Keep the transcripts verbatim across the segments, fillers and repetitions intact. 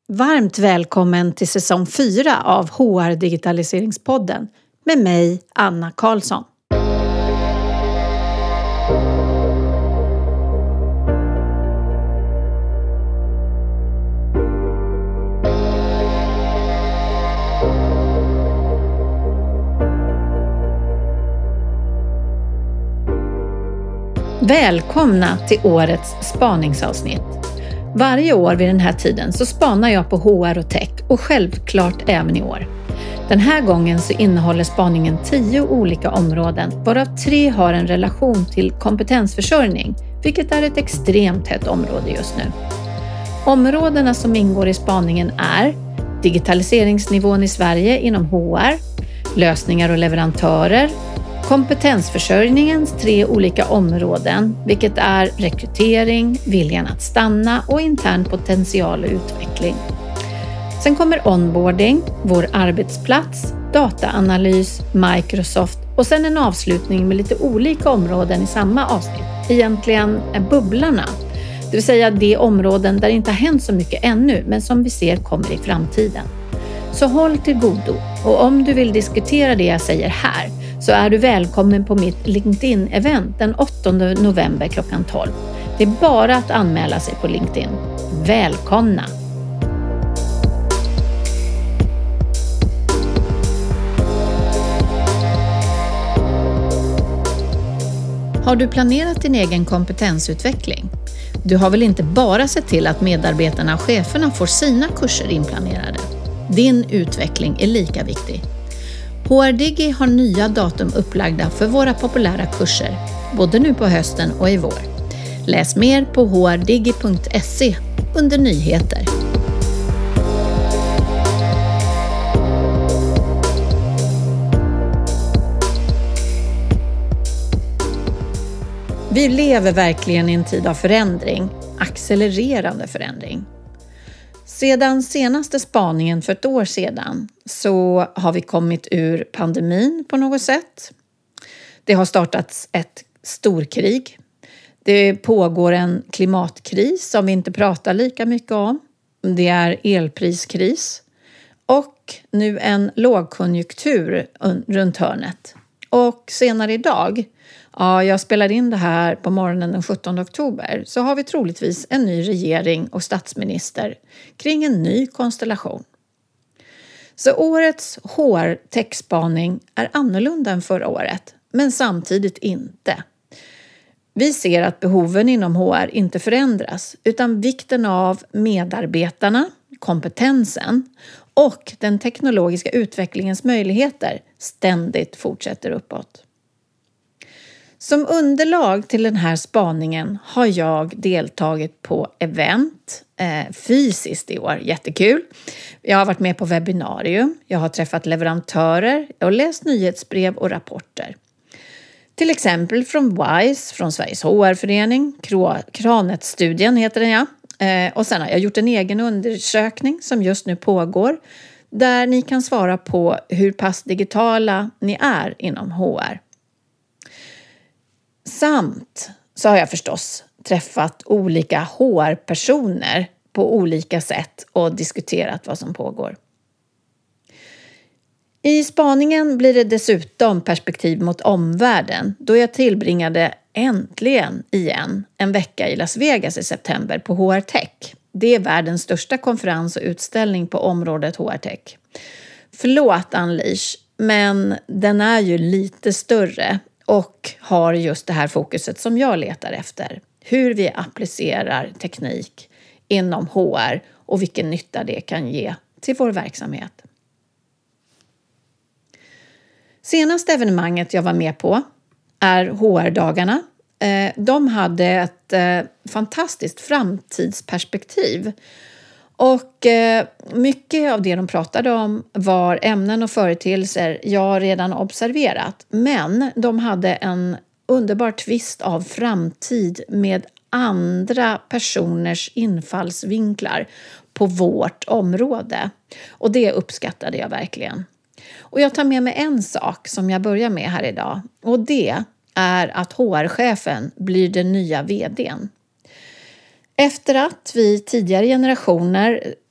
Varmt välkommen till säsong fyra av H R Digitaliseringspodden med mig, Anna Karlsson. Välkomna till årets spaningsavsnitt. Varje år vid den här tiden så spanar jag på H R och tech och självklart även i år. Den här gången så innehåller spaningen tio olika områden varav tre har en relation till kompetensförsörjning, vilket är ett extremt hett område just nu. Områdena som ingår i spaningen är digitaliseringsnivån i Sverige inom H R, lösningar och leverantörer, kompetensförsörjningens tre olika områden, vilket är rekrytering, viljan att stanna och intern potential och utveckling. Sen kommer onboarding, vår arbetsplats, dataanalys, Microsoft och sen en avslutning med lite olika områden i samma avsnitt. Egentligen är bubblarna, det vill säga de områden där det inte har hänt så mycket ännu men som vi ser kommer i framtiden. Så håll till godo, och om du vill diskutera det jag säger här så är du välkommen på mitt LinkedIn-event den åttonde november klockan tolv. Det är bara att anmäla sig på LinkedIn. Välkomna! Har du planerat din egen kompetensutveckling? Du har väl inte bara sett till att medarbetarna och cheferna får sina kurser inplanerade? Din utveckling är lika viktig. H R Digi har nya datum upplagda för våra populära kurser, både nu på hösten och i vår. Läs mer på h r digi punkt se under nyheter. Vi lever verkligen i en tid av förändring, accelererande förändring. Sedan senaste spaningen för ett år sedan så har vi kommit ur pandemin på något sätt. Det har startats ett storkrig. Det pågår en klimatkris som vi inte pratar lika mycket om. Det är elpriskris. Och nu en lågkonjunktur runt hörnet. Och senare idag, ja, jag spelar in det här på morgonen den sjuttonde oktober, så har vi troligtvis en ny regering och statsminister kring en ny konstellation. Så årets H R-techspaning är annorlunda än förra året, men samtidigt inte. Vi ser att behoven inom H R inte förändras, utan vikten av medarbetarna, kompetensen och den teknologiska utvecklingens möjligheter ständigt fortsätter uppåt. Som underlag till den här spaningen har jag deltagit på event eh, fysiskt i år. Jättekul. Jag har varit med på webbinarium. Jag har träffat leverantörer och läst nyhetsbrev och rapporter. Till exempel från WISE, från Sveriges H R-förening. Kranet-studien heter den, ja. Eh, och sen har jag gjort en egen undersökning som just nu pågår, där ni kan svara på hur pass digitala ni är inom H R. Samt så har jag förstås träffat olika H R-personer på olika sätt och diskuterat vad som pågår. I spaningen blir det dessutom perspektiv mot omvärlden, då jag tillbringade äntligen igen en vecka i Las Vegas i september på H R Tech. Det är världens största konferens och utställning på området H R Tech. Förlåt Unleash, men den är ju lite större och har just det här fokuset som jag letar efter. Hur vi applicerar teknik inom H R och vilken nytta det kan ge till vår verksamhet. Senaste evenemanget jag var med på är H R-dagarna. De hade ett fantastiskt framtidsperspektiv. Och mycket av det de pratade om var ämnen och företeelser jag redan observerat. Men de hade en underbar twist av framtid med andra personers infallsvinklar på vårt område. Och det uppskattade jag verkligen. Och jag tar med mig en sak som jag börjar med här idag. Och det är att H R-chefen blir den nya vdn. Efter att vi tidigare generationer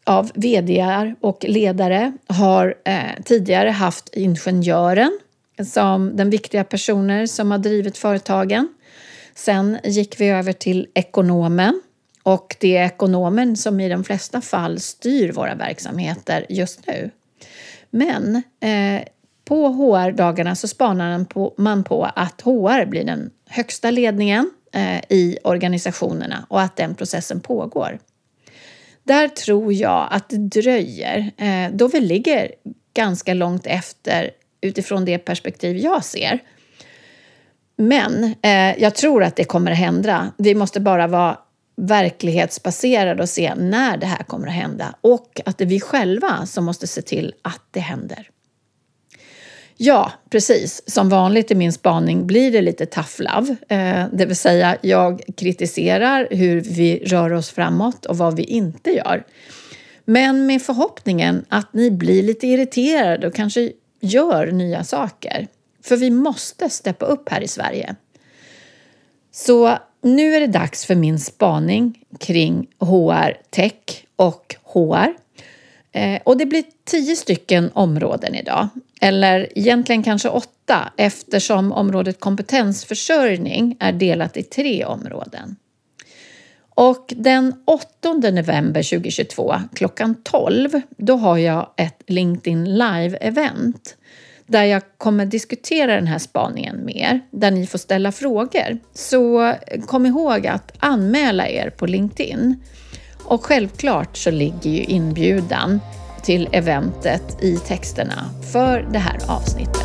av vd:ar och ledare har eh, tidigare haft ingenjören som den viktiga personer som har drivit företagen. Sen gick vi över till ekonomen, och det är ekonomen som i de flesta fall styr våra verksamheter just nu. Men eh, på H R-dagarna så spanar man på, man på att H R blir den högsta ledningen eh, i organisationerna och att den processen pågår. Där tror jag att det dröjer, eh, då vi ligger ganska långt efter utifrån det perspektiv jag ser. Men eh, jag tror att det kommer att hända. Vi måste bara vara verklighetsbaserade och se när det här kommer att hända. Och att det är vi själva som måste se till att det händer. Ja, precis. Som vanligt i min spaning blir det lite tough love. Eh, det vill säga jag kritiserar hur vi rör oss framåt och vad vi inte gör. Men med förhoppningen att ni blir lite irriterade och kanske gör nya saker. För vi måste steppa upp här i Sverige. Så nu är det dags för min spaning kring H R Tech och H R. Eh, och det blir tio stycken områden idag. Eller egentligen kanske åtta, eftersom området kompetensförsörjning är delat i tre områden. Och den åttonde november tjugohundratjugotvå klockan tolv, då har jag ett LinkedIn Live-event där jag kommer diskutera den här spaningen mer, där ni får ställa frågor. Så kom ihåg att anmäla er på LinkedIn. Och självklart så ligger ju inbjudan till eventet i texterna för det här avsnittet.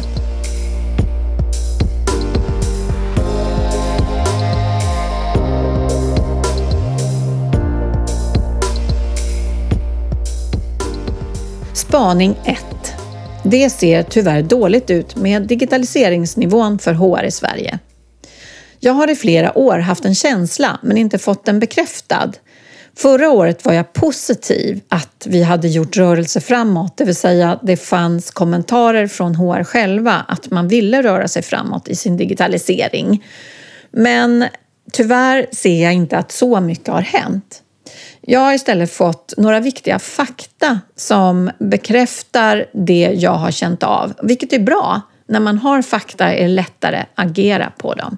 Spaning ett. Det ser tyvärr dåligt ut med digitaliseringsnivån för H R i Sverige. Jag har i flera år haft en känsla men inte fått den bekräftad. Förra året var jag positiv att vi hade gjort rörelse framåt, det vill säga det fanns kommentarer från H R själva att man ville röra sig framåt i sin digitalisering. Men tyvärr ser jag inte att så mycket har hänt. Jag har istället fått några viktiga fakta som bekräftar det jag har känt av, vilket är bra. När man har fakta är det lättare att agera på dem.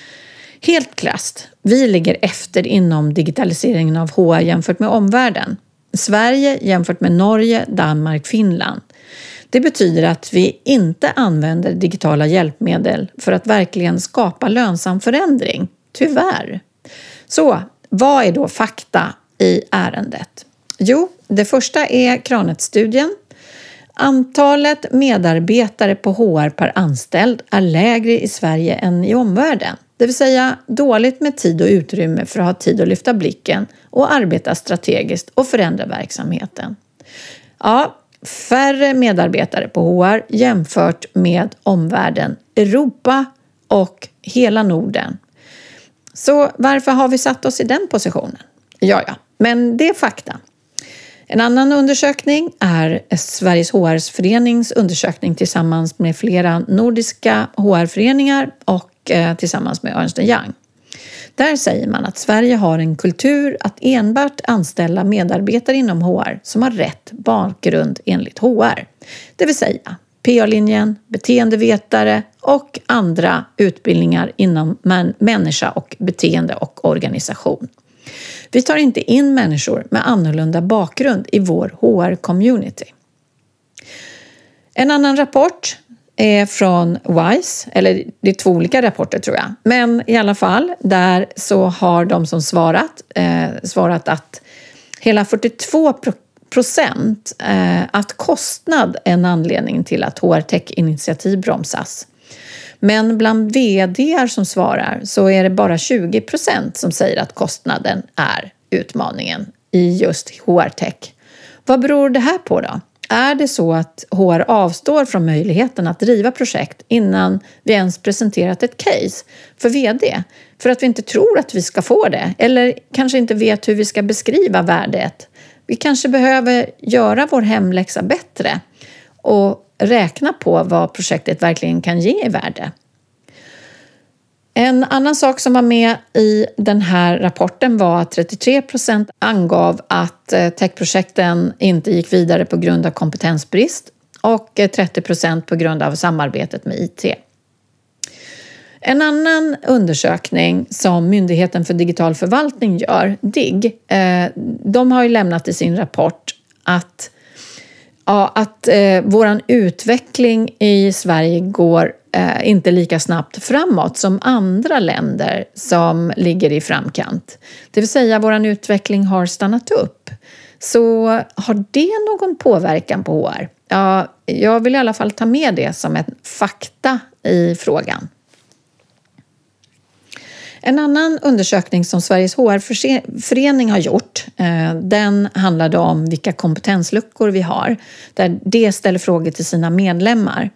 Helt krasst, vi ligger efter inom digitaliseringen av H R jämfört med omvärlden. Sverige jämfört med Norge, Danmark, Finland. Det betyder att vi inte använder digitala hjälpmedel för att verkligen skapa lönsam förändring. Tyvärr. Så, vad är då fakta i ärendet? Jo, det första är Kranet-studien. Antalet medarbetare på H R per anställd är lägre i Sverige än i omvärlden. Det vill säga dåligt med tid och utrymme för att ha tid att lyfta blicken och arbeta strategiskt och förändra verksamheten. Ja, färre medarbetare på H R jämfört med omvärlden, Europa och hela Norden. Så varför har vi satt oss i den positionen? Ja, ja, men det är fakta. En annan undersökning är Sveriges H R-förenings undersökning tillsammans med flera nordiska H R-föreningar och eh, tillsammans med Ernst och Young. Där säger man att Sverige har en kultur att enbart anställa medarbetare inom H R som har rätt bakgrund enligt H R. Det vill säga P A-linjen, beteendevetare och andra utbildningar inom män- människa och beteende och organisation. Vi tar inte in människor med annorlunda bakgrund i vår H R-community. En annan rapport är från WISE, eller det är två olika rapporter tror jag. Men i alla fall, där så har de som svarat eh, svarat att hela fyrtiotvå procent eh, att kostnad är en anledning till att H R-tech-initiativ bromsas. Men bland vd:ar som svarar så är det bara tjugo procent som säger att kostnaden är utmaningen i just H R-tech. Vad beror det här på då? Är det så att H R avstår från möjligheten att driva projekt innan vi ens presenterat ett case för vd? För att vi inte tror att vi ska få det eller kanske inte vet hur vi ska beskriva värdet. Vi kanske behöver göra vår hemläxa bättre och räkna på vad projektet verkligen kan ge i värde. En annan sak som var med i den här rapporten var att trettiotre procent angav att techprojekten inte gick vidare på grund av kompetensbrist och trettio procent på grund av samarbetet med I T. En annan undersökning som Myndigheten för digital förvaltning gör, D I G, de har ju lämnat i sin rapport att, ja, att eh, våran utveckling i Sverige går eh, inte lika snabbt framåt som andra länder som ligger i framkant. Det vill säga våran utveckling har stannat upp. Så har det någon påverkan på H R? Ja, jag vill i alla fall ta med det som en fakta i frågan. En annan undersökning som Sveriges H R-förening har gjort, den handlade om vilka kompetensluckor vi har. Där det ställer frågor till sina medlemmar.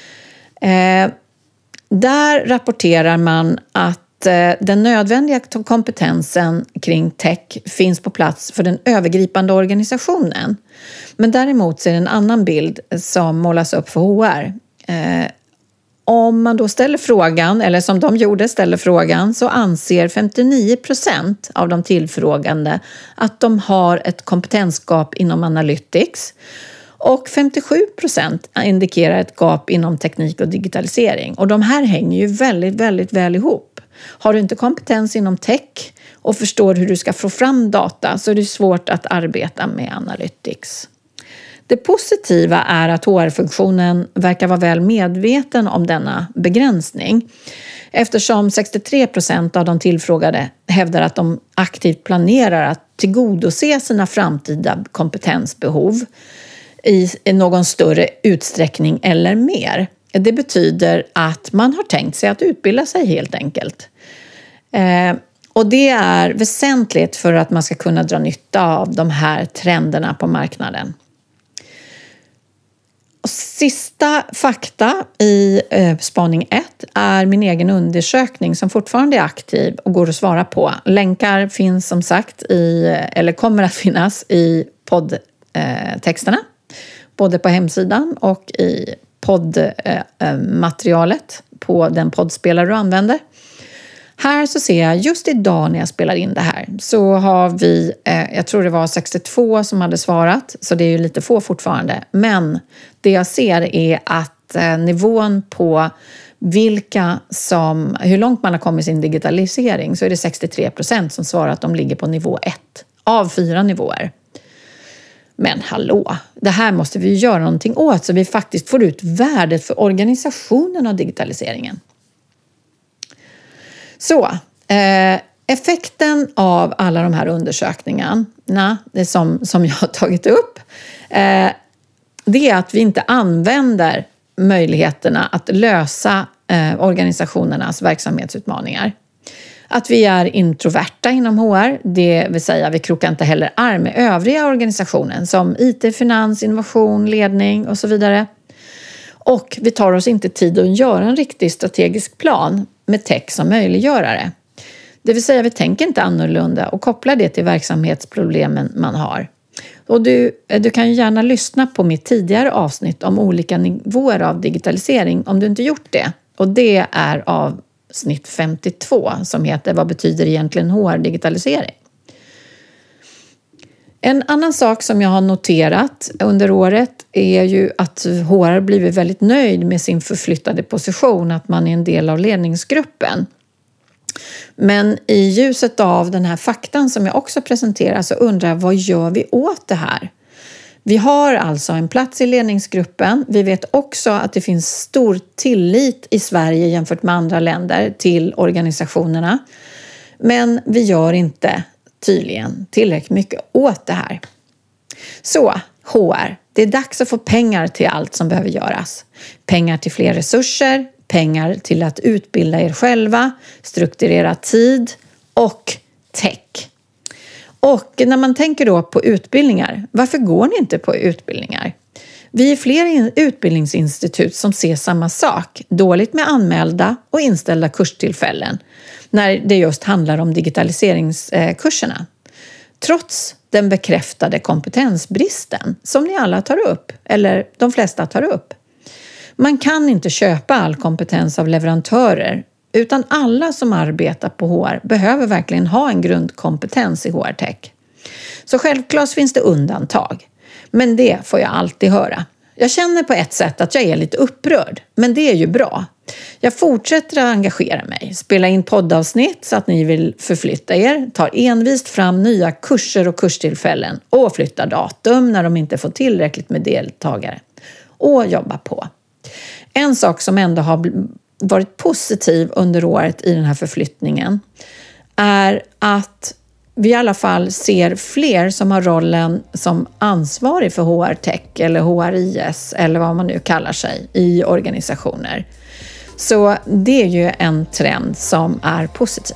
Där rapporterar man att den nödvändiga kompetensen kring tech finns på plats för den övergripande organisationen. Men däremot är det en annan bild som målas upp för H R. Om man då ställer frågan, eller som de gjorde ställer frågan, så anser femtionio procent av de tillfrågande att de har ett kompetensgap inom analytics och femtiosju procent indikerar ett gap inom teknik och digitalisering. Och de här hänger ju väldigt, väldigt väl ihop. Har du inte kompetens inom tech och förstår hur du ska få fram data så är det svårt att arbeta med analytics. Det positiva är att H R-funktionen verkar vara väl medveten om denna begränsning eftersom sextiotre procent av de tillfrågade hävdar att de aktivt planerar att tillgodose sina framtida kompetensbehov i någon större utsträckning eller mer. Det betyder att man har tänkt sig att utbilda sig helt enkelt. Eh, och det är väsentligt för att man ska kunna dra nytta av de här trenderna på marknaden. Och sista fakta i eh, spaning ett är min egen undersökning som fortfarande är aktiv och går att svara på. Länkar finns som sagt i, eller kommer att finnas i poddtexterna. Eh, både på hemsidan och i poddmaterialet eh, på den poddspelare du använder. Här så ser jag just idag när jag spelar in det här så har vi, eh, jag tror det var sextiotvå som hade svarat, så det är ju lite få fortfarande. Men det jag ser är att eh, nivån på vilka som, hur långt man har kommit i sin digitalisering så är det sextiotre procent som svarar att de ligger på nivå ett av fyra nivåer. Men hallå, det här måste vi göra någonting åt så vi faktiskt får ut värdet för organisationen av digitaliseringen. Så, eh, effekten av alla de här undersökningarna, det som, som jag har tagit upp, eh, det är att vi inte använder möjligheterna att lösa eh, organisationernas verksamhetsutmaningar. Att vi är introverta inom H R, det vill säga vi krokar inte heller arm med övriga organisationen som I T, finans, innovation, ledning och så vidare. Och vi tar oss inte tid att göra en riktig strategisk plan med tech som möjliggörare. Det vill säga vi tänker inte annorlunda och kopplar det till verksamhetsproblemen man har. Och du, du kan ju gärna lyssna på mitt tidigare avsnitt om olika nivåer av digitalisering om du inte gjort det. Och det är avsnitt femtiotvå som heter Vad betyder egentligen H R-digitalisering? En annan sak som jag har noterat under året är ju att H R blivit väldigt nöjd med sin förflyttade position, att man är en del av ledningsgruppen. Men i ljuset av den här faktan som jag också presenterar så undrar jag, vad gör vi åt det här? Vi har alltså en plats i ledningsgruppen. Vi vet också att det finns stor tillit i Sverige jämfört med andra länder till organisationerna. Men vi gör inte tydligen tillräckligt mycket åt det här. Så, H R, det är dags att få pengar till allt som behöver göras. Pengar till fler resurser, pengar till att utbilda er själva, strukturera tid och tech. Och när man tänker då på utbildningar, varför går ni inte på utbildningar? Vi är fler utbildningsinstitut som ser samma sak, dåligt med anmälda och inställda kurstillfällen när det just handlar om digitaliseringskurserna. Trots den bekräftade kompetensbristen som ni alla tar upp, eller de flesta tar upp. Man kan inte köpa all kompetens av leverantörer utan alla som arbetar på H R behöver verkligen ha en grundkompetens i H R-tech. Så självklart finns det undantag, men det får jag alltid höra. Jag känner på ett sätt att jag är lite upprörd, men det är ju bra. Jag fortsätter att engagera mig, spela in poddavsnitt så att ni vill förflytta er, tar envist fram nya kurser och kurstillfällen och flyttar datum när de inte får tillräckligt med deltagare och jobbar på. En sak som ändå har varit positiv under året i den här förflyttningen är att vi i alla fall ser fler som har rollen som ansvarig för H R-tech eller H R I S eller vad man nu kallar sig i organisationer. Så det är ju en trend som är positiv.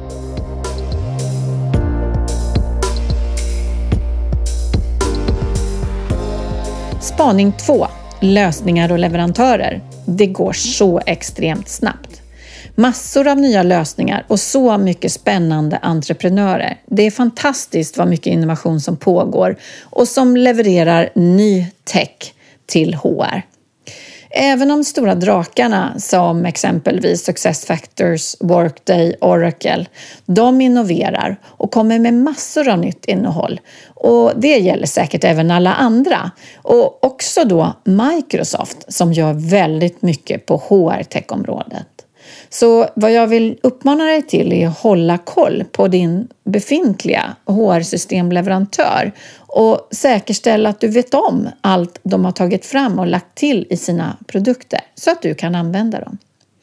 Spaning två. Lösningar och leverantörer. Det går så extremt snabbt. Massor av nya lösningar och så mycket spännande entreprenörer. Det är fantastiskt vad mycket innovation som pågår och som levererar ny tech till H R. Även de stora drakarna som exempelvis SuccessFactors, Workday, Oracle, de innoverar och kommer med massor av nytt innehåll. Och det gäller säkert även alla andra. Och också då Microsoft som gör väldigt mycket på H R-tech-området. Så vad jag vill uppmana dig till är att hålla koll på din befintliga H R-systemleverantör och säkerställa att du vet om allt de har tagit fram och lagt till i sina produkter så att du kan använda dem.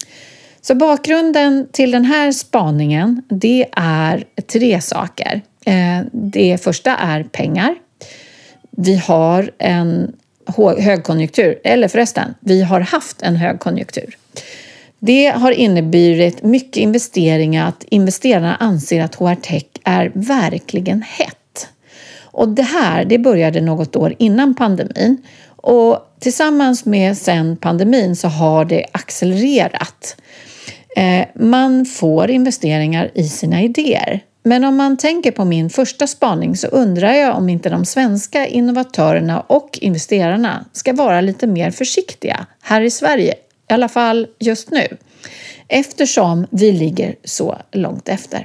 Så bakgrunden till den här spaningen, det är tre saker. Det första är pengar. Vi har en högkonjunktur, eller förresten, vi har haft en högkonjunktur. Det har inneburit mycket investeringar, att investerarna anser att H R-tech är verkligen hett. Och det här, det började något år innan pandemin och tillsammans med sen pandemin så har det accelererat. Eh, man får investeringar i sina idéer. Men om man tänker på min första spaning så undrar jag om inte de svenska innovatörerna och investerarna ska vara lite mer försiktiga här i Sverige. I alla fall just nu, eftersom vi ligger så långt efter.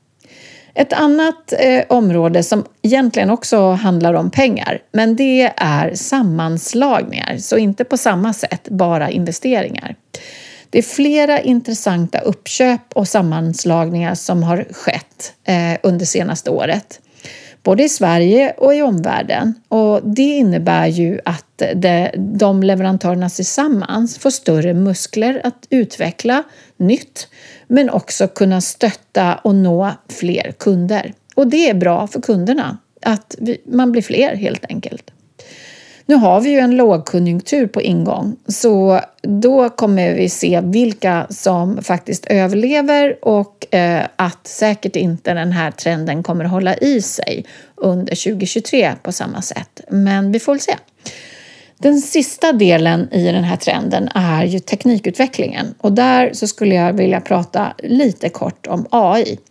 Ett annat eh, område som egentligen också handlar om pengar, men det är sammanslagningar, så inte på samma sätt bara investeringar. Det är flera intressanta uppköp och sammanslagningar som har skett eh, under senaste året. Både i Sverige och i omvärlden. Och det innebär ju att det, de leverantörerna tillsammans får större muskler att utveckla nytt. Men också kunna stötta och nå fler kunder. Och det är bra för kunderna. Att vi, man blir fler helt enkelt. Nu har vi ju en lågkonjunktur på ingång. Så då kommer vi se vilka som faktiskt överlever. Och eh, att säkert inte den här trenden kommer att hålla i sig under tjugo tjugotre på samma sätt. Men vi får väl se. Den sista delen i den här trenden är ju teknikutvecklingen. Och där så skulle jag vilja prata lite kort om A I.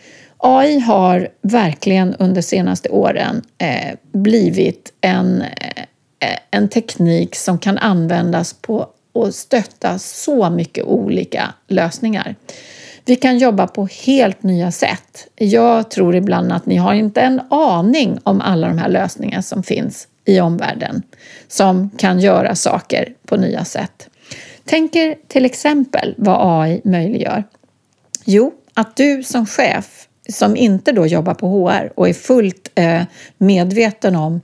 A I har verkligen under senaste åren eh, blivit en... Eh, en teknik som kan användas på och stötta så mycket olika lösningar. Vi kan jobba på helt nya sätt. Jag tror ibland att ni har inte en aning om alla de här lösningarna som finns i omvärlden som kan göra saker på nya sätt. Tänk er till exempel vad A I möjliggör. Jo, att du som chef som inte då jobbar på H R och är fullt eh, medveten om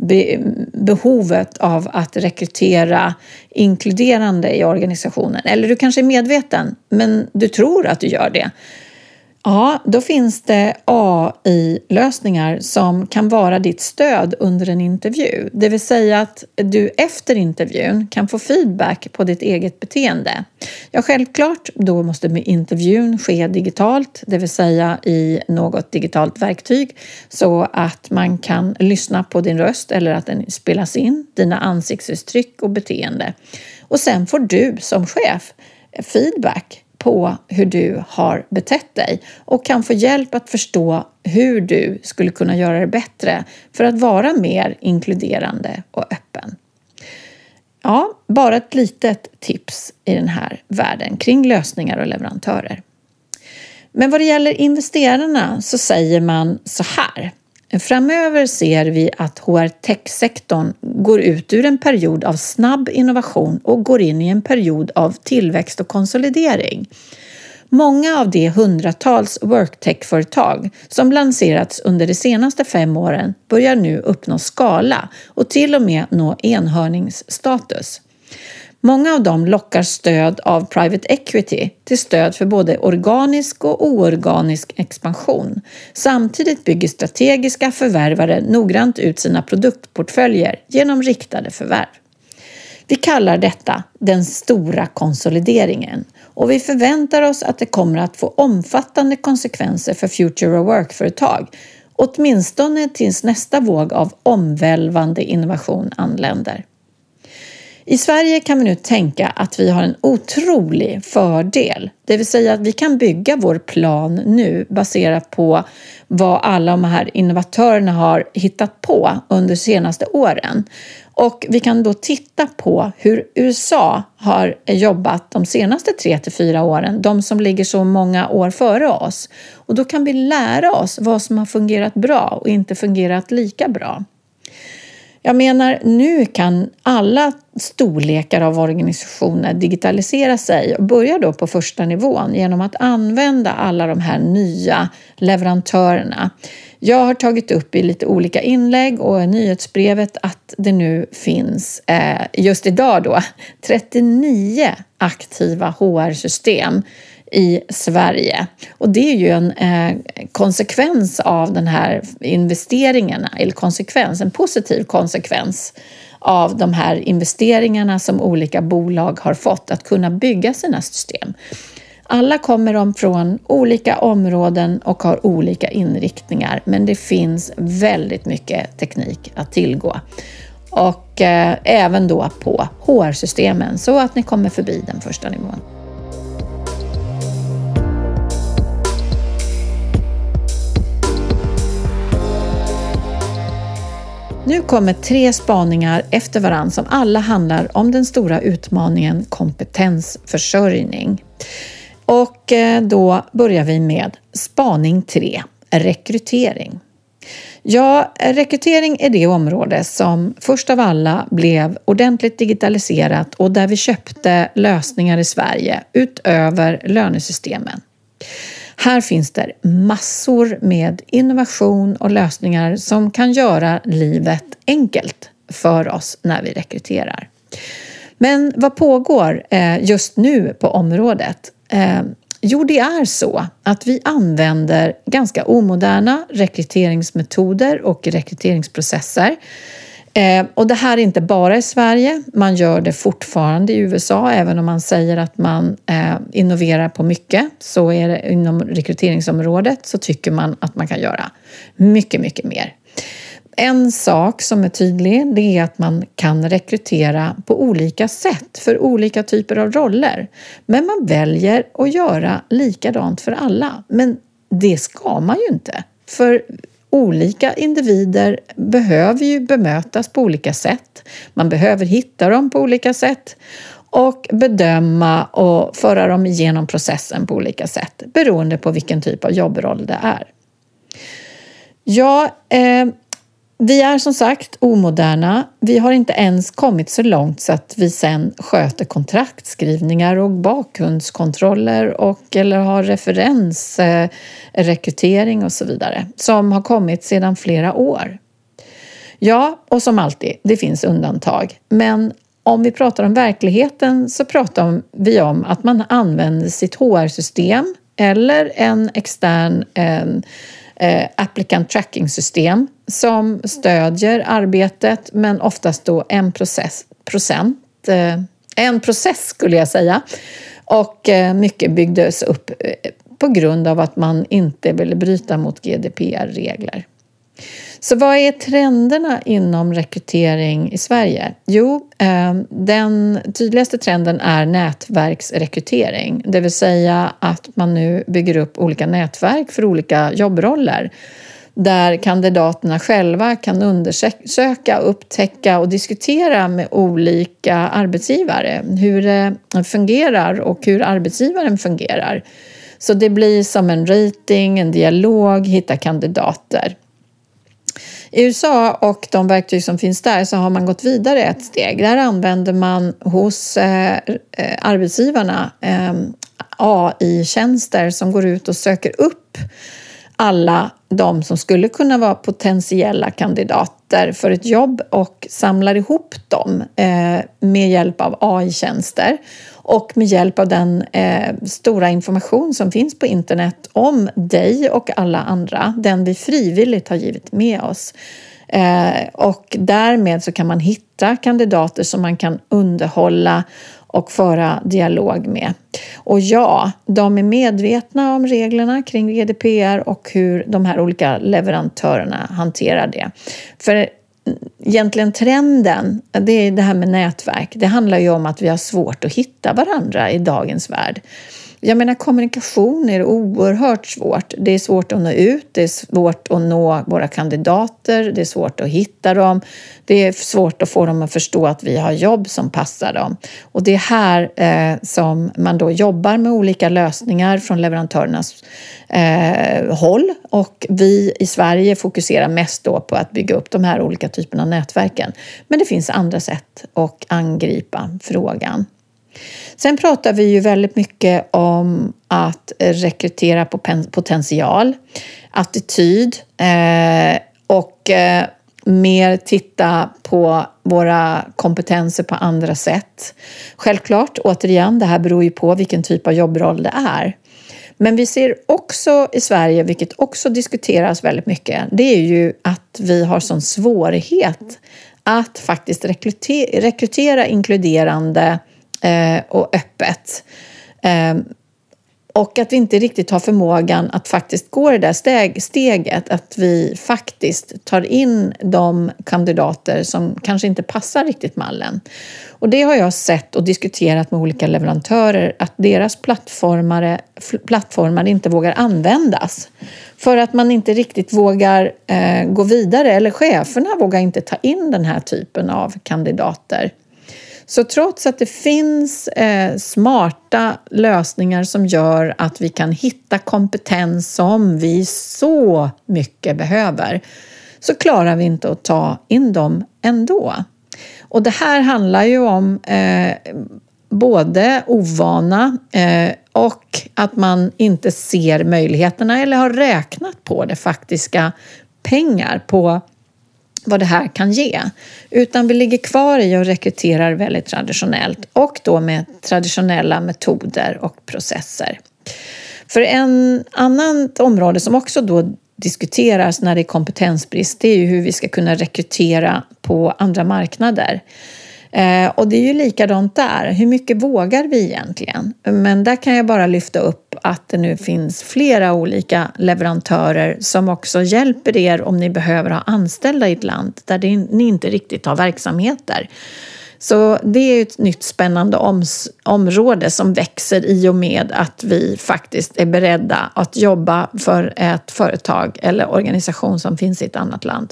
behovet av att rekrytera inkluderande i organisationen. Eller du kanske är medveten, men du tror att du gör det. Ja, då finns det A I-lösningar som kan vara ditt stöd under en intervju. Det vill säga att du efter intervjun kan få feedback på ditt eget beteende. Ja, självklart, då måste intervjun ske digitalt, det vill säga i något digitalt verktyg så att man kan lyssna på din röst eller att den spelas in, dina ansiktsuttryck och beteende. Och sen får du som chef feedback på hur du har betett dig och kan få hjälp att förstå hur du skulle kunna göra det bättre för att vara mer inkluderande och öppen. ja, bara ett litet tips i den här världen kring lösningar och leverantörer. Men vad det gäller investerarna så säger man så här. Framöver ser vi att H R-tech-sektorn går ut ur en period av snabb innovation och går in i en period av tillväxt och konsolidering. Många av de hundratals worktech-företag som lanserats under de senaste fem åren börjar nu uppnå skala och till och med nå enhörningsstatus. Många av dem lockar stöd av private equity till stöd för både organisk och oorganisk expansion. Samtidigt bygger strategiska förvärvare noggrant ut sina produktportföljer genom riktade förvärv. Vi kallar detta den stora konsolideringen och vi förväntar oss att det kommer att få omfattande konsekvenser för Future of Work-företag, åtminstone tills nästa våg av omvälvande innovation anländer. I Sverige kan vi nu tänka att vi har en otrolig fördel, det vill säga att vi kan bygga vår plan nu baserat på vad alla de här innovatörerna har hittat på under de senaste åren. Och vi kan då titta på hur U S A har jobbat de senaste tre till fyra åren, de som ligger så många år före oss. Och då kan vi lära oss vad som har fungerat bra och inte fungerat lika bra. Jag menar, nu kan alla storlekar av organisationer digitalisera sig och börja då på första nivån genom att använda alla de här nya leverantörerna. Jag har tagit upp i lite olika inlägg och i nyhetsbrevet att det nu finns, eh, just idag då, trettionio aktiva H R-system i Sverige. Och det är ju en eh, konsekvens av den här investeringarna, eller konsekvens, en positiv konsekvens av de här investeringarna som olika bolag har fått att kunna bygga sina system. Alla kommer de från olika områden och har olika inriktningar, men det finns väldigt mycket teknik att tillgå. Och eh, även då på H R-systemen så att ni kommer förbi den första nivån. Nu kommer tre spaningar efter varann som alla handlar om den stora utmaningen kompetensförsörjning. Och då börjar vi med spaning tre, rekrytering. Ja, rekrytering är det område som först av alla blev ordentligt digitaliserat och där vi köpte lösningar i Sverige utöver lönesystemen. Här finns det massor med innovation och lösningar som kan göra livet enkelt för oss när vi rekryterar. Men vad pågår just nu på området? Jo, det är så att vi använder ganska omoderna rekryteringsmetoder och rekryteringsprocesser. Eh, och det här är inte bara i Sverige, man gör det fortfarande i U S A, även om man säger att man eh, innoverar på mycket, så är det inom rekryteringsområdet så tycker man att man kan göra mycket, mycket mer. En sak som är tydlig, det är att man kan rekrytera på olika sätt för olika typer av roller. Men man väljer att göra likadant för alla, men det ska man ju inte, för olika individer behöver ju bemötas på olika sätt. Man behöver hitta dem på olika sätt och bedöma och föra dem igenom processen på olika sätt beroende på vilken typ av jobbroll det är. Ja, eh, vi är som sagt omoderna. Vi har inte ens kommit så långt så att vi sen sköter kontraktskrivningar och bakgrundskontroller och eller har referensrekrytering och så vidare som har kommit sedan flera år. Ja, och som alltid, det finns undantag. Men om vi pratar om verkligheten så pratar vi om att man använder sitt H R-system eller en extern en, eh, applicant tracking-system som stödjer arbetet, men oftast då en process, procent, eh, en process skulle jag säga. Och eh, mycket byggdes upp eh, på grund av att man inte ville bryta mot G D P R-regler. Så vad är trenderna inom rekrytering i Sverige? Jo, eh, den tydligaste trenden är nätverksrekrytering. Det vill säga att man nu bygger upp olika nätverk för olika jobbroller. där kandidaterna själva kan undersöka, upptäcka och diskutera med olika arbetsgivare hur det fungerar och hur arbetsgivaren fungerar. Så det blir som en rating, en dialog, hitta kandidater. I U S A och de verktyg som finns där så har man gått vidare ett steg. Där använder man hos eh, arbetsgivarna eh, A I-tjänster som går ut och söker upp alla de som skulle kunna vara potentiella kandidater för ett jobb och samlar ihop dem eh, med hjälp av A I-tjänster och med hjälp av den eh, stora information som finns på internet om dig och alla andra, den vi frivilligt har givit med oss. Eh, och därmed så kan man hitta kandidater som man kan underhålla och föra dialog med. Och ja, de är medvetna om reglerna kring G D P R och hur de här olika leverantörerna hanterar det. För egentligen trenden, det är det här med nätverk. Det handlar ju om att vi har svårt att hitta varandra i dagens värld. Jag menar, kommunikation är oerhört svårt. Det är svårt att nå ut, det är svårt att nå våra kandidater, det är svårt att hitta dem. Det är svårt att få dem att förstå att vi har jobb som passar dem. Och det är här eh, som man då jobbar med olika lösningar från leverantörernas eh, håll. Och vi i Sverige fokuserar mest då på att bygga upp de här olika typerna av nätverken. Men det finns andra sätt att angripa frågan. Sen pratar vi ju väldigt mycket om att rekrytera på potential, attityd eh, och eh, mer titta på våra kompetenser på andra sätt. Självklart, återigen, det här beror ju på vilken typ av jobbroll det är. Men vi ser också i Sverige, vilket också diskuteras väldigt mycket, det är ju att vi har sån svårighet att faktiskt rekrytera, rekrytera inkluderande och öppet. Och att vi inte riktigt har förmågan att faktiskt gå det där steg, steget. Att vi faktiskt tar in de kandidater som kanske inte passar riktigt mallen. Och det har jag sett och diskuterat med olika leverantörer. Att deras plattformar, plattformar inte vågar användas. För att man inte riktigt vågar eh, gå vidare. Eller cheferna vågar inte ta in den här typen av kandidater. Så trots att det finns eh, smarta lösningar som gör att vi kan hitta kompetens som vi så mycket behöver, så klarar vi inte att ta in dem ändå. Och det här handlar ju om eh, både ovana eh, och att man inte ser möjligheterna eller har räknat på det faktiska pengar på vad det här kan ge. Utan vi ligger kvar i och rekryterar väldigt traditionellt och då med traditionella metoder och processer. För en annan område som också då diskuteras när det är kompetensbrist, det är ju hur vi ska kunna rekrytera på andra marknader. Eh, och det är ju likadant där. Hur mycket vågar vi egentligen? Men där kan jag bara lyfta upp att det nu finns flera olika leverantörer som också hjälper er om ni behöver ha anställda i ett land där det, ni inte riktigt har verksamheter. Så det är ett nytt spännande oms- område som växer i och med att vi faktiskt är beredda att jobba för ett företag eller organisation som finns i ett annat land.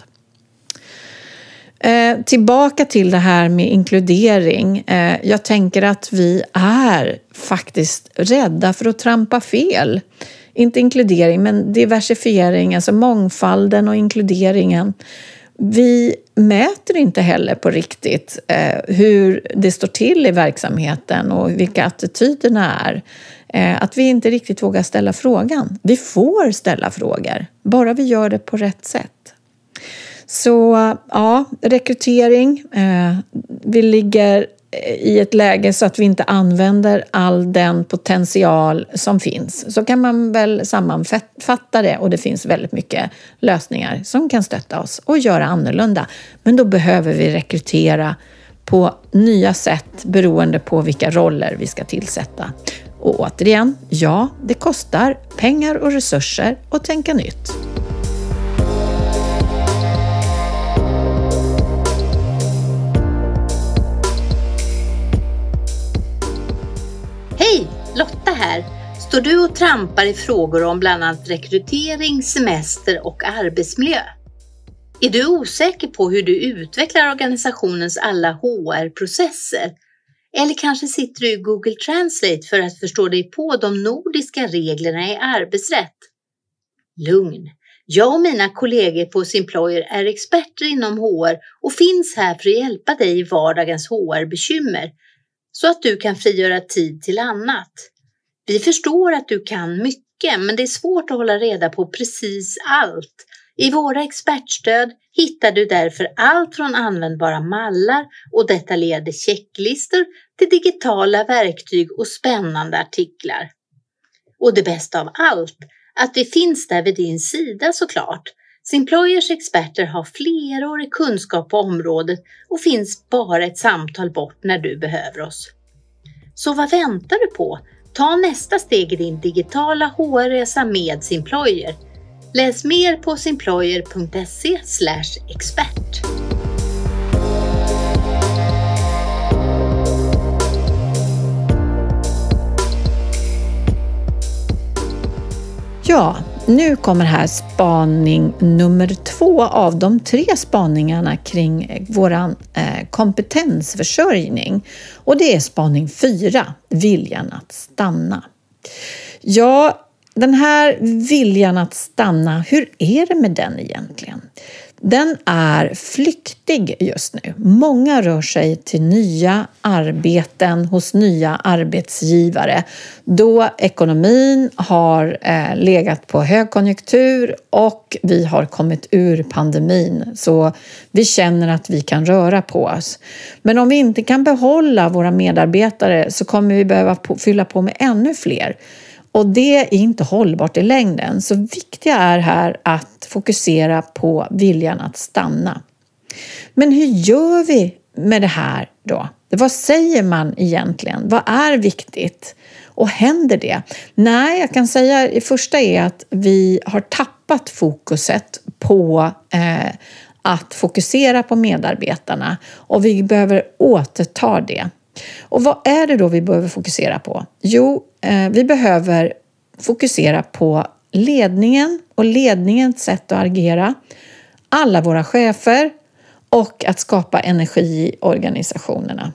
Eh, tillbaka till det här med inkludering. Eh, jag tänker att vi är faktiskt rädda för att trampa fel. Inte inkludering, men diversifiering, alltså mångfalden och inkluderingen. Vi mäter inte heller på riktigt eh, hur det står till i verksamheten och vilka attityderna är. Eh, att vi inte riktigt vågar ställa frågan. Vi får ställa frågor, bara vi gör det på rätt sätt. Så ja, rekrytering. Eh, vi ligger i ett läge så att vi inte använder all den potential som finns. Så kan man väl sammanfatta det, och det finns väldigt mycket lösningar som kan stötta oss och göra annorlunda. Men då behöver vi rekrytera på nya sätt beroende på vilka roller vi ska tillsätta. Och återigen, ja, det kostar pengar och resurser att tänka nytt. Hej, Lotta här. Står du och trampar i frågor om bland annat rekrytering, semester och arbetsmiljö? Är du osäker på hur du utvecklar organisationens alla H R-processer? Eller kanske sitter du i Google Translate för att förstå dig på de nordiska reglerna i arbetsrätt? Lugn! Jag och mina kollegor på Simployer är experter inom H R och finns här för att hjälpa dig i vardagens H R-bekymmer så att du kan frigöra tid till annat. Vi förstår att du kan mycket, men det är svårt att hålla reda på precis allt. I våra expertstöd hittar du därför allt från användbara mallar och detaljerade checklistor till digitala verktyg och spännande artiklar. Och det bästa av allt, att vi finns där vid din sida såklart. Simployers experter har flerårig kunskap på området och finns bara ett samtal bort när du behöver oss. Så vad väntar du på? Ta nästa steg i din digitala H R-resa med Simployer. Läs mer på simployer punkt se slash expert. Ja, nu kommer här spaning nummer två av de tre spaningarna kring våran eh, kompetensförsörjning. Och det är spaning fyra, viljan att stanna. Ja, den här viljan att stanna, hur är det med den egentligen? Den är flyktig just nu. Många rör sig till nya arbeten hos nya arbetsgivare då ekonomin har eh, legat på högkonjunktur och vi har kommit ur pandemin. Så vi känner att vi kan röra på oss. Men om vi inte kan behålla våra medarbetare så kommer vi behöva på, fylla på med ännu fler. Och det är inte hållbart i längden. Så viktiga är här att fokusera på viljan att stanna. Men hur gör vi med det här då? Vad säger man egentligen? Vad är viktigt? Och händer det? Nej, jag kan säga det första är att vi har tappat fokuset på eh, att fokusera på medarbetarna. Och vi behöver återta det. Och vad är det då vi behöver fokusera på? Jo, eh, vi behöver fokusera på ledningen och ledningens sätt att agera, alla våra chefer och att skapa energi i organisationerna.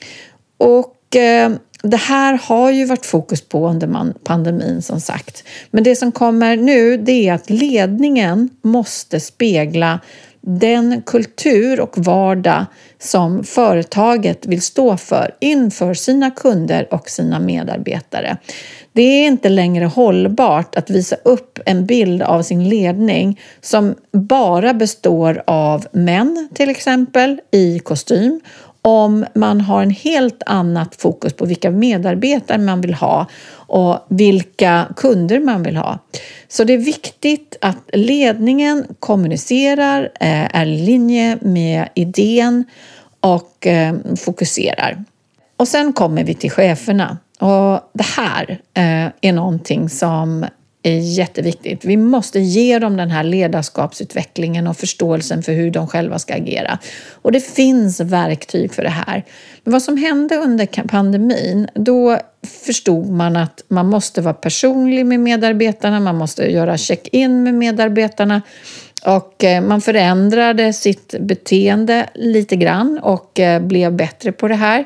Och eh, det här har ju varit fokus på under pandemin som sagt. Men det som kommer nu det är att ledningen måste spegla den kultur och vardag som företaget vill stå för inför sina kunder och sina medarbetare. Det är inte längre hållbart att visa upp en bild av sin ledning som bara består av män till exempel i kostym, om man har en helt annat fokus på vilka medarbetare man vill ha och vilka kunder man vill ha. Så det är viktigt att ledningen kommunicerar, är i linje med idén och fokuserar. Och sen kommer vi till cheferna. Och det här är någonting som är jätteviktigt. Vi måste ge dem den här ledarskapsutvecklingen och förståelsen för hur de själva ska agera. Och det finns verktyg för det här. Men vad som hände under pandemin, då förstod man att man måste vara personlig med medarbetarna, man måste göra check-in med medarbetarna och man förändrade sitt beteende lite grann och blev bättre på det här.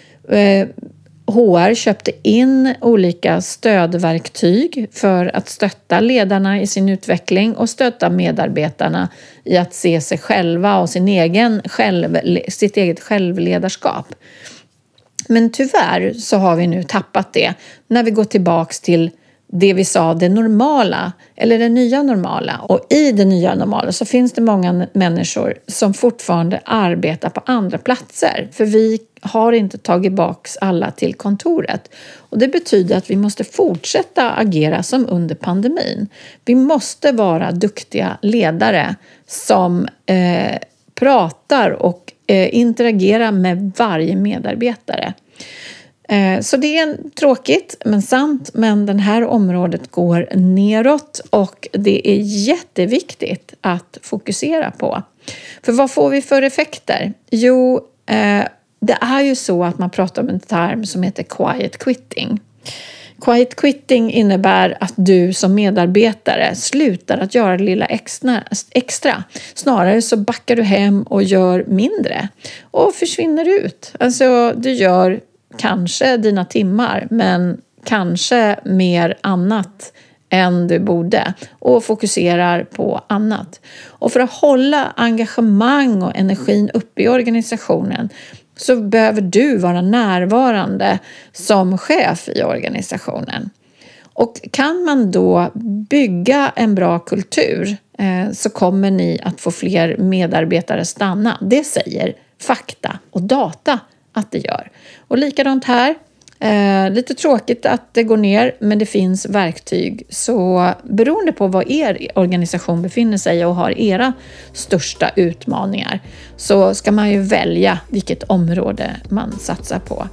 H R köpte in olika stödverktyg för att stötta ledarna i sin utveckling och stötta medarbetarna i att se sig själva och sin egen själv, sitt eget självledarskap. Men tyvärr så har vi nu tappat det när vi går tillbaks till det vi sa, det normala eller det nya normala. Och i det nya normala så finns det många människor som fortfarande arbetar på andra platser. För vi har inte tagit baks alla till kontoret. Och det betyder att vi måste fortsätta agera som under pandemin. Vi måste vara duktiga ledare som eh, pratar och eh, interagerar med varje medarbetare. Så det är tråkigt men sant, men det här området går neråt och det är jätteviktigt att fokusera på. För vad får vi för effekter? Jo, det är ju så att man pratar om en term som heter quiet quitting. Quiet quitting innebär att du som medarbetare slutar att göra det lilla extra, extra. Snarare så backar du hem och gör mindre och försvinner ut. Alltså du gör kanske dina timmar, men kanske mer annat än du borde och fokuserar på annat. Och för att hålla engagemang och energin uppe i organisationen så behöver du vara närvarande som chef i organisationen. Och kan man då bygga en bra kultur eh, så kommer ni att få fler medarbetare stanna. Det säger fakta och data att det gör. Och likadant här. Eh, lite tråkigt att det går ner, men det finns verktyg. Så beroende på vad er organisation befinner sig och har era största utmaningar så ska man ju välja vilket område man satsar på.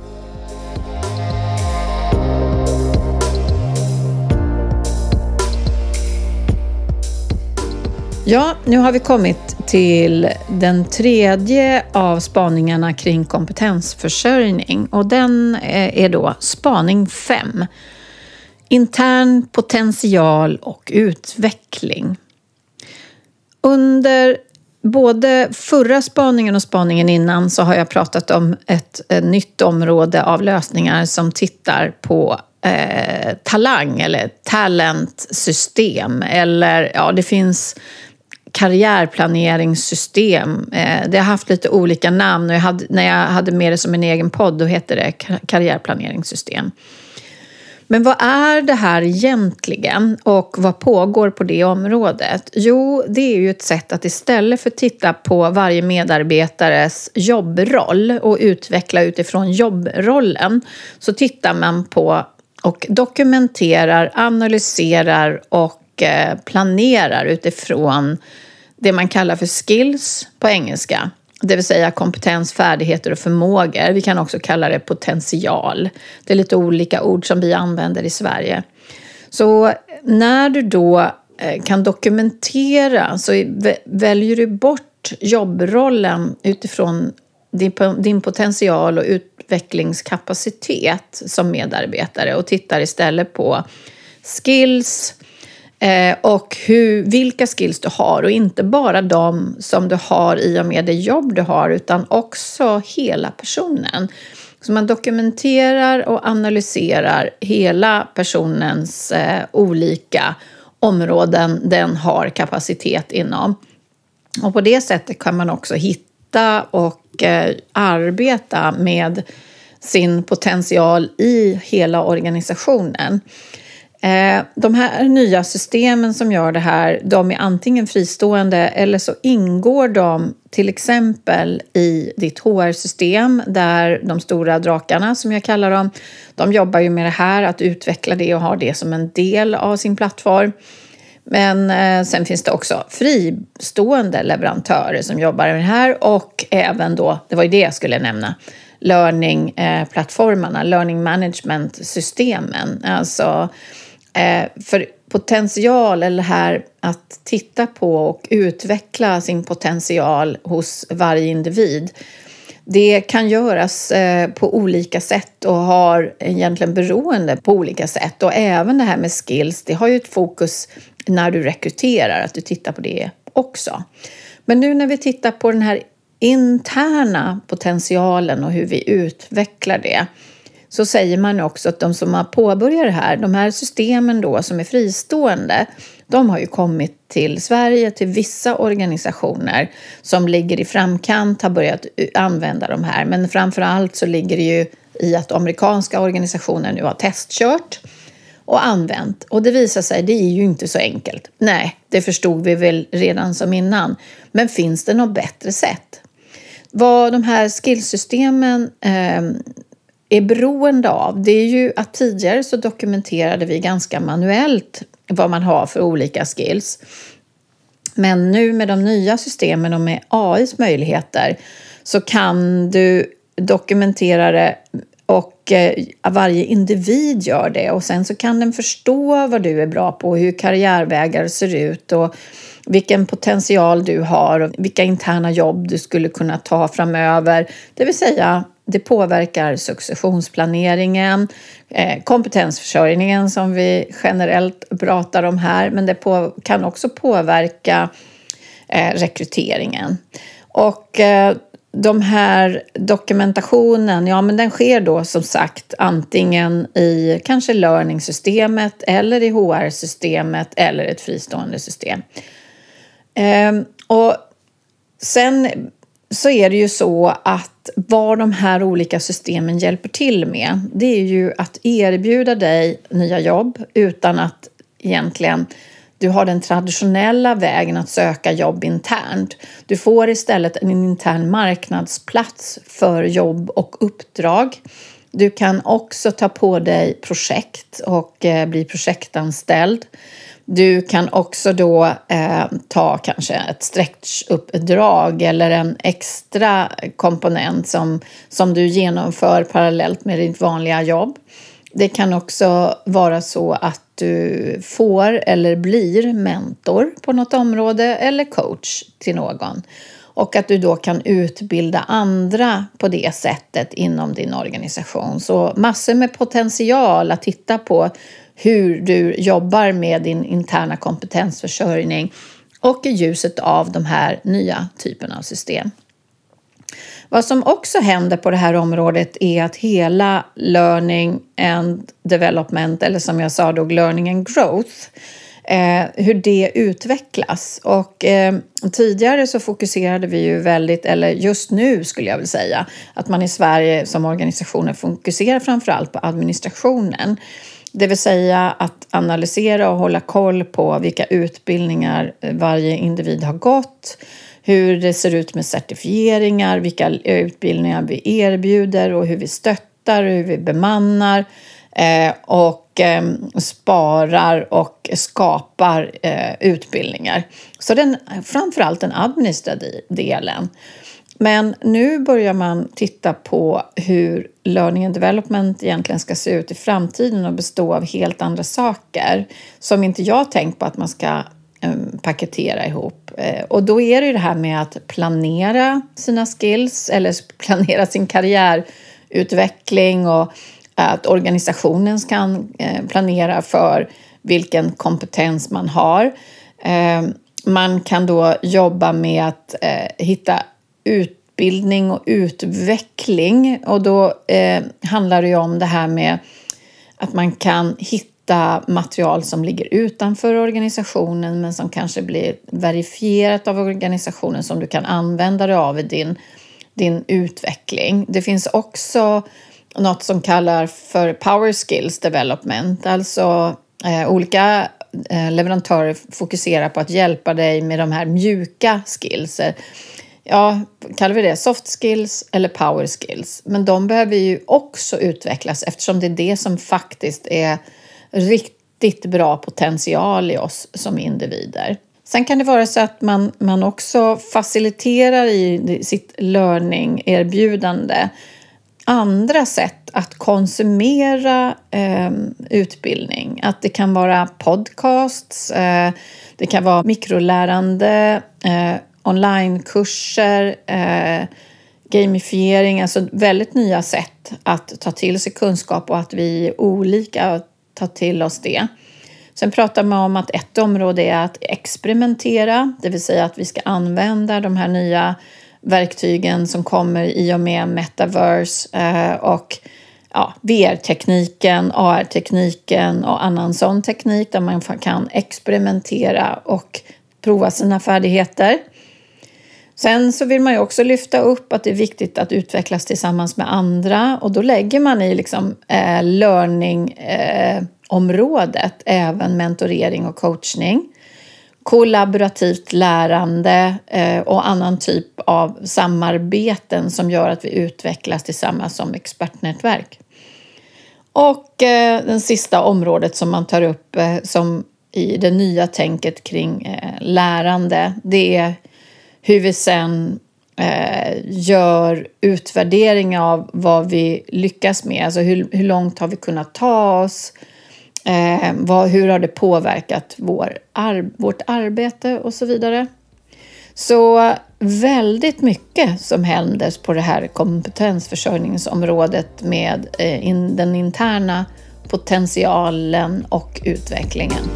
Ja, nu har vi kommit till den tredje av spaningarna kring kompetensförsörjning och den är då spaning fem. Intern potential och utveckling. Under både förra spaningen och spaningen innan så har jag pratat om ett, ett nytt område av lösningar som tittar på eh, talang eller talentsystem eller ja, det finns karriärplaneringssystem. Det har haft lite olika namn och jag hade, när jag hade med det som en egen podd då hette det karriärplaneringssystem. Men vad är det här egentligen och vad pågår på det området? Jo, det är ju ett sätt att istället för att titta på varje medarbetares jobbroll och utveckla utifrån jobbrollen så tittar man på och dokumenterar, analyserar och planerar utifrån det man kallar för skills på engelska. Det vill säga kompetens, färdigheter och förmågor. Vi kan också kalla det potential. Det är lite olika ord som vi använder i Sverige. Så när du då kan dokumentera så väljer du bort jobbrollen utifrån din potential och utvecklingskapacitet som medarbetare och tittar istället på skills och hur, vilka skills du har och inte bara de som du har i och med det jobb du har utan också hela personen. Så man dokumenterar och analyserar hela personens eh, olika områden den har kapacitet inom. Och på det sättet kan man också hitta och eh, arbeta med sin potential i hela organisationen. De här nya systemen som gör det här, de är antingen fristående eller så ingår de till exempel i ditt H R-system där de stora drakarna som jag kallar dem, de jobbar ju med det här att utveckla det och ha det som en del av sin plattform. Men eh, sen finns det också fristående leverantörer som jobbar med det här och även då, det var ju det jag skulle nämna, learning-plattformarna, learning management-systemen. Alltså eh, för potential eller här att titta på och utveckla sin potential hos varje individ. Det kan göras eh, på olika sätt och har egentligen beroende på olika sätt. Och även det här med skills, det har ju ett fokus när du rekryterar, att du tittar på det också. Men nu när vi tittar på den här interna potentialen och hur vi utvecklar det, så säger man också att de som har påbörjat det här, de här systemen då som är fristående, de har ju kommit till Sverige, till vissa organisationer som ligger i framkant, har börjat använda de här. Men framförallt så ligger det ju i att amerikanska organisationer nu har testkört och använt. Och det visar sig, det är ju inte så enkelt. Nej, det förstod vi väl redan som innan. Men finns det något bättre sätt? Vad de här skillsystemen eh, är beroende av, det är ju att tidigare så dokumenterade vi ganska manuellt vad man har för olika skills. Men nu med de nya systemen och med A I:s möjligheter så kan du dokumentera det och eh, varje individ gör det. Och sen så kan den förstå vad du är bra på, hur karriärvägar ser ut och vilken potential du har och vilka interna jobb du skulle kunna ta framöver. Det vill säga det påverkar successionsplaneringen, eh, kompetensförsörjningen som vi generellt pratar om här, men det på, kan också påverka eh, rekryteringen. Och eh, de här dokumentationen, ja men den sker då som sagt antingen i kanske learning-systemet eller i H R-systemet eller ett fristående system. Ehm, och sen så är det ju så att vad de här olika systemen hjälper till med, det är ju att erbjuda dig nya jobb utan att egentligen du har den traditionella vägen att söka jobb internt. Du får istället en intern marknadsplats för jobb och uppdrag. Du kan också ta på dig projekt och eh, bli projektanställd. Du kan också då eh, ta kanske ett stretch-uppdrag eller en extra komponent som, som du genomför parallellt med ditt vanliga jobb. Det kan också vara så att du får eller blir mentor på något område eller coach till någon. Och att du då kan utbilda andra på det sättet inom din organisation. Så massor med potential att titta på hur du jobbar med din interna kompetensförsörjning och i ljuset av de här nya typerna av system. Vad som också händer på det här området är att hela learning and development, eller som jag sa då learning and growth, eh, hur det utvecklas. Och eh, tidigare så fokuserade vi ju väldigt, eller just nu skulle jag vilja säga, att man i Sverige som organisationer fokuserar framförallt på administrationen. Det vill säga att analysera och hålla koll på vilka utbildningar varje individ har gått, hur det ser ut med certifieringar, vilka utbildningar vi erbjuder och hur vi stöttar och hur vi bemannar eh, och eh, sparar och skapar eh, utbildningar. Så den, framförallt den administrativa delen. Men nu börjar man titta på hur learning and development egentligen ska se ut i framtiden och bestå av helt andra saker som inte jag tänkt på att man ska paketera ihop. Och då är det ju det här med att planera sina skills eller planera sin karriärutveckling och att organisationen kan planera för vilken kompetens man har. Man kan då jobba med att hitta utbildning och utveckling och då handlar det ju om det här med att man kan hitta material som ligger utanför organisationen men som kanske blir verifierat av organisationen som du kan använda dig av i din, din utveckling. Det finns också något som kallar för power skills development. Alltså eh, olika eh, leverantörer fokuserar på att hjälpa dig med de här mjuka skills. Ja, kallar vi det soft skills eller power skills. Men de behöver ju också utvecklas eftersom det är det som faktiskt är riktigt bra potential i oss som individer. Sen kan det vara så att man, man också faciliterar i sitt learning-erbjudande andra sätt att konsumera eh, utbildning. Att det kan vara podcasts, eh, det kan vara mikrolärande, eh, onlinekurser, eh, gamifiering, alltså väldigt nya sätt att ta till sig kunskap och att vi är olika ta till oss det. Sen pratar man om att ett område är att experimentera, det vill säga att vi ska använda de här nya verktygen som kommer i och med metaverse och ja, V R-tekniken, A R-tekniken och annan sån teknik där man kan experimentera och prova sina färdigheter. Sen så vill man ju också lyfta upp att det är viktigt att utvecklas tillsammans med andra och då lägger man i liksom eh, learning eh, området även mentorering och coachning, kollaborativt lärande eh, och annan typ av samarbeten som gör att vi utvecklas tillsammans som expertnätverk. Och eh, den sista området som man tar upp eh, som i det nya tänket kring eh, lärande, det är hur vi sen eh, gör utvärdering av vad vi lyckas med. Alltså hur, hur långt har vi kunnat ta oss? Eh, vad, hur har det påverkat vår ar- vårt arbete och så vidare. Så väldigt mycket som händer på det här kompetensförsörjningsområdet med eh, in, den interna potentialen och utvecklingen.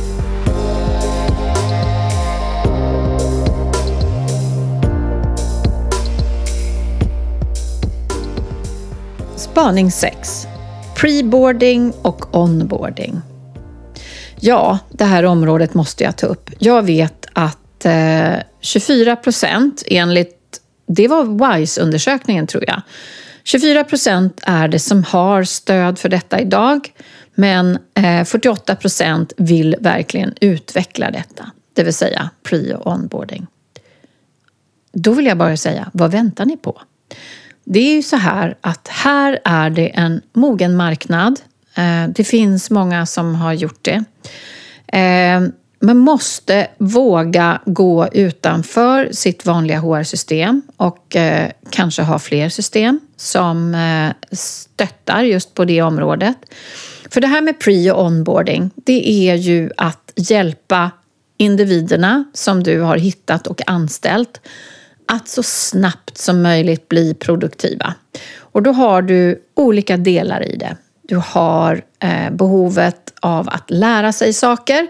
Spaning sex. Preboarding och onboarding. Ja, det här området måste jag ta upp. Jag vet att eh, tjugofyra procent enligt, det var W I S E-undersökningen tror jag. tjugofyra procent är det som har stöd för detta idag, men eh, fyrtioåtta procent vill verkligen utveckla detta, det vill säga pre- och onboarding. Då vill jag bara säga, vad väntar ni på? Det är ju så här att här är det en mogen marknad. Eh, det finns många som har gjort det. Eh, man måste våga gå utanför sitt vanliga H R-system och eh, kanske ha fler system som eh, stöttar just på det området. För det här med pre- och onboarding, det är ju att hjälpa individerna som du har hittat och anställt att så snabbt som möjligt bli produktiva. Och då har du olika delar i det. Du har eh, behovet av att lära sig saker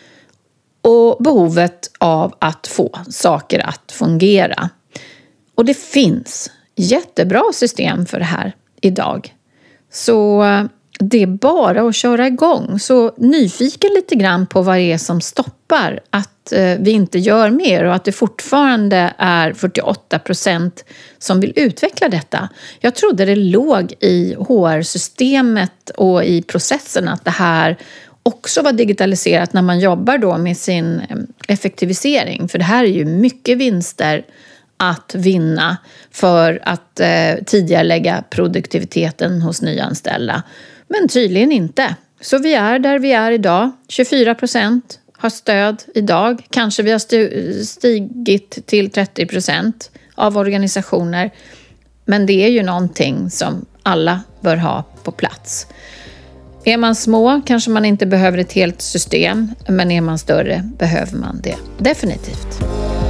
och behovet av att få saker att fungera. Och det finns jättebra system för det här idag. Så det är bara att köra igång. Så nyfiken lite grann på vad det är som stoppar att eh, vi inte gör mer och att det fortfarande är fyrtioåtta procent som vill utveckla detta. Jag trodde det låg i H R-systemet och i processen att det här också var digitaliserat när man jobbar då med sin effektivisering. För det här är ju mycket vinster att vinna för att eh, tidigare lägga produktiviteten hos nyanställda. Men tydligen inte. Så vi är där vi är idag. tjugofyra procent har stöd idag. Kanske vi har stigit till trettio procent av organisationer. Men det är ju någonting som alla bör ha på plats. Är man små kanske man inte behöver ett helt system. Men är man större behöver man det definitivt.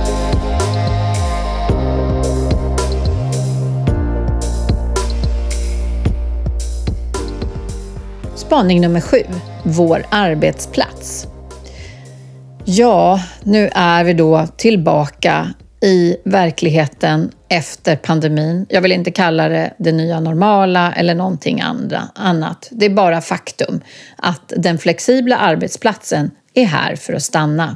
Spaning nummer sju, vår arbetsplats. Ja, nu är vi då tillbaka i verkligheten efter pandemin. Jag vill inte kalla det det nya normala eller någonting andra, annat. Det är bara faktum att den flexibla arbetsplatsen är här för att stanna.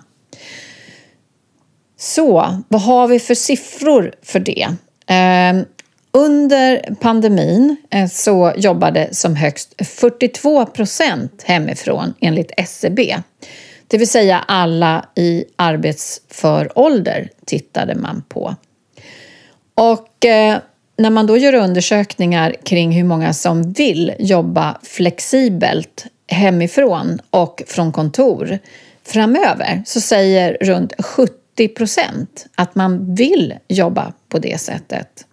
Så, vad har vi för siffror för det? Eh, Under pandemin så jobbade som högst fyrtiotvå procent hemifrån enligt S C B. Det vill säga alla i arbetsför ålder tittade man på. Och eh, när man då gör undersökningar kring hur många som vill jobba flexibelt hemifrån och från kontor framöver så säger runt sjuttio procent att man vill jobba på det sättet.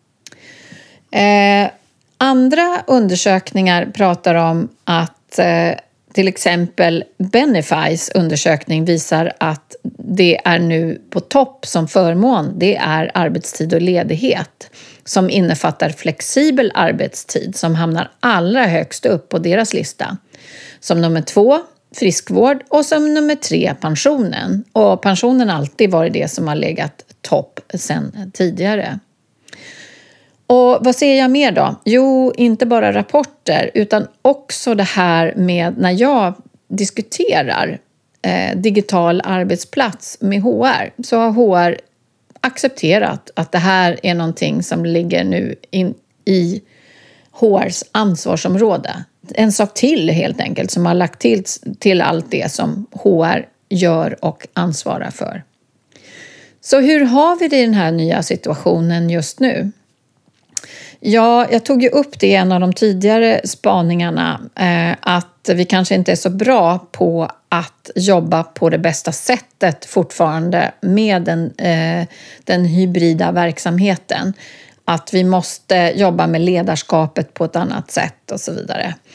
Eh, andra undersökningar pratar om att eh, till exempel Benefis undersökning visar att det är nu på topp som förmån. Det är arbetstid och ledighet som innefattar flexibel arbetstid som hamnar allra högst upp på deras lista. Som nummer två, friskvård och som nummer tre, pensionen. Och pensionen har alltid varit det som har legat topp sedan tidigare. Och vad ser jag mer då? Jo, inte bara rapporter utan också det här med när jag diskuterar eh, digital arbetsplats med H R. Så har H R accepterat att det här är någonting som ligger nu in i H R:s ansvarsområde. En sak till helt enkelt som har lagt till, till allt det som H R gör och ansvarar för. Så hur har vi det i den här nya situationen just nu? Ja, jag tog ju upp det i en av de tidigare spaningarna eh, att vi kanske inte är så bra på att jobba på det bästa sättet fortfarande med den, eh, den hybrida verksamheten. Att vi måste jobba med ledarskapet på ett annat sätt och så vidare.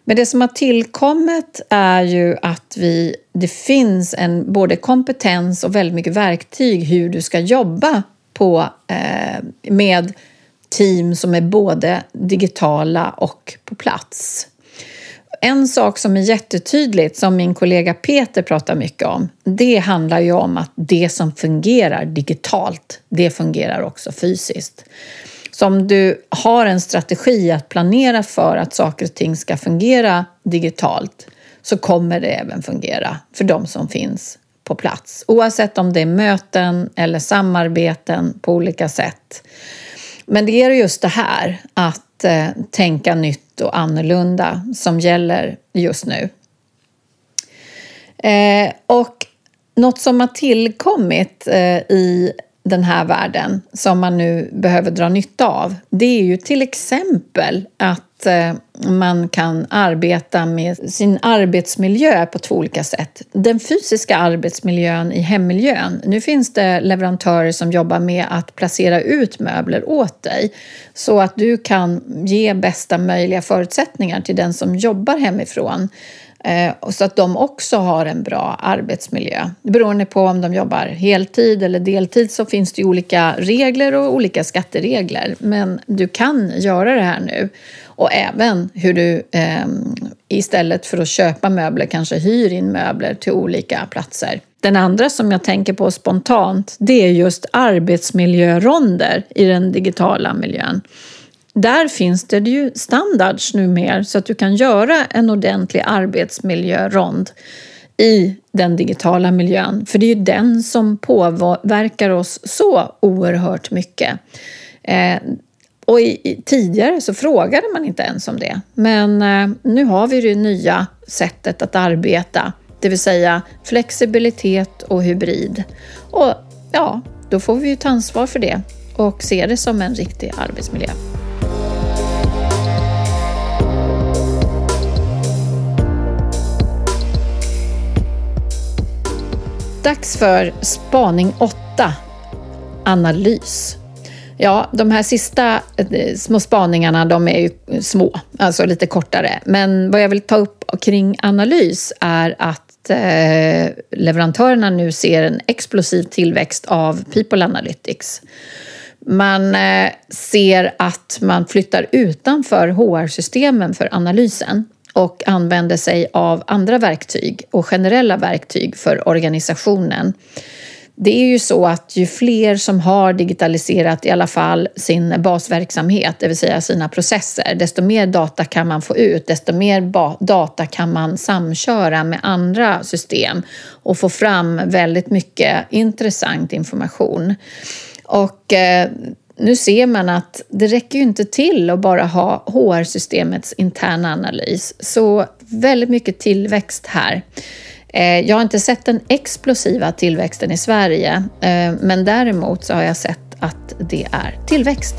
Men det som har tillkommit är ju att vi, det finns en både kompetens och väldigt mycket verktyg hur du ska jobba på, eh, med team som är både digitala och på plats. En sak som är jättetydligt, som min kollega Peter pratar mycket om, det handlar ju om att det som fungerar digitalt, det fungerar också fysiskt. Så om du har en strategi att planera för att saker och ting ska fungera digitalt, så kommer det även fungera för de som finns på plats. Oavsett om det är möten eller samarbeten på olika sätt. Men det är just det här att eh, tänka nytt och annorlunda som gäller just nu. Eh, och något som har tillkommit eh, i den här världen som man nu behöver dra nytta av, det är ju till exempel att eh, man kan arbeta med sin arbetsmiljö på två olika sätt. Den fysiska arbetsmiljön i hemmiljön. Nu finns det leverantörer som jobbar med att placera ut möbler åt dig så att du kan ge bästa möjliga förutsättningar till den som jobbar hemifrån. Eh, så att de också har en bra arbetsmiljö. Beroende på om de jobbar heltid eller deltid så finns det ju olika regler och olika skatteregler. Men du kan göra det här nu. Och även hur du eh, istället för att köpa möbler kanske hyr in möbler till olika platser. Den andra som jag tänker på spontant, det är just arbetsmiljöronder i den digitala miljön. Där finns det ju standards numera så att du kan göra en ordentlig arbetsmiljörond i den digitala miljön. För det är ju den som påverkar oss så oerhört mycket. Eh, och i, tidigare så frågade man inte ens om det. Men eh, nu har vi det nya sättet att arbeta. Det vill säga flexibilitet och hybrid. Och ja, då får vi ju ta ansvar för det och se det som en riktig arbetsmiljö. Dags för spaning åtta, analys. Ja, de här sista små spaningarna, de är ju små, alltså lite kortare. Men vad jag vill ta upp kring analys är att eh, leverantörerna nu ser en explosiv tillväxt av People Analytics. Man eh, ser att man flyttar utanför H R-systemen för analysen och använder sig av andra verktyg och generella verktyg för organisationen. Det är ju så att ju fler som har digitaliserat i alla fall sin basverksamhet, det vill säga sina processer, desto mer data kan man få ut, desto mer ba- data kan man samköra med andra system och få fram väldigt mycket intressant information. Och eh, nu ser man att det räcker ju inte till att bara ha H R-systemets interna analys. Så väldigt mycket tillväxt här. Eh, jag har inte sett den explosiva tillväxten i Sverige. Eh, men däremot så har jag sett att det är tillväxt.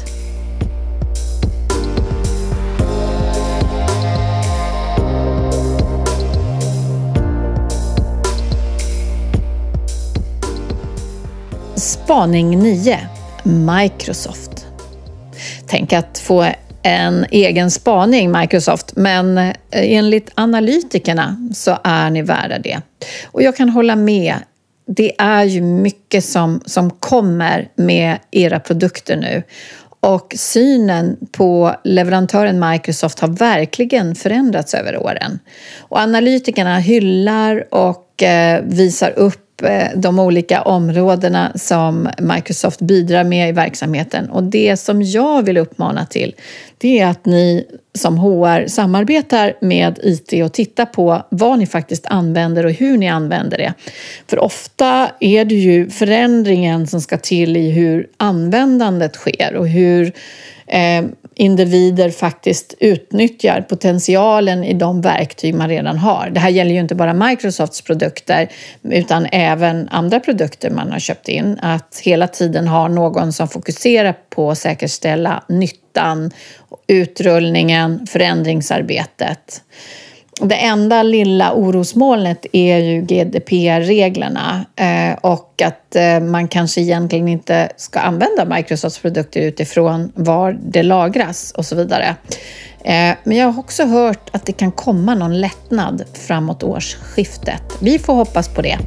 Spaning nio. Microsoft. Tänk att få en egen spaning Microsoft, men enligt analytikerna så är ni värda det. Och jag kan hålla med. Det är ju mycket som, som kommer med era produkter nu. Och synen på leverantören Microsoft har verkligen förändrats över åren. Och analytikerna hyllar och eh, visar upp de olika områdena som Microsoft bidrar med i verksamheten. Och det som jag vill uppmana till, det är att ni som H R samarbetar med I T och tittar på vad ni faktiskt använder och hur ni använder det. För ofta är det ju förändringen som ska till i hur användandet sker och hur eh, individer faktiskt utnyttjar potentialen i de verktyg man redan har. Det här gäller ju inte bara Microsofts produkter utan även andra produkter man har köpt in. Att hela tiden ha någon som fokuserar på att säkerställa nyttan, utrullningen, förändringsarbetet. Det enda lilla orosmolnet är ju G D P R-reglerna eh, och att eh, man kanske egentligen inte ska använda Microsofts produkter utifrån var det lagras och så vidare. Men jag har också hört att det kan komma någon lättnad framåt årsskiftet. Vi får hoppas på det.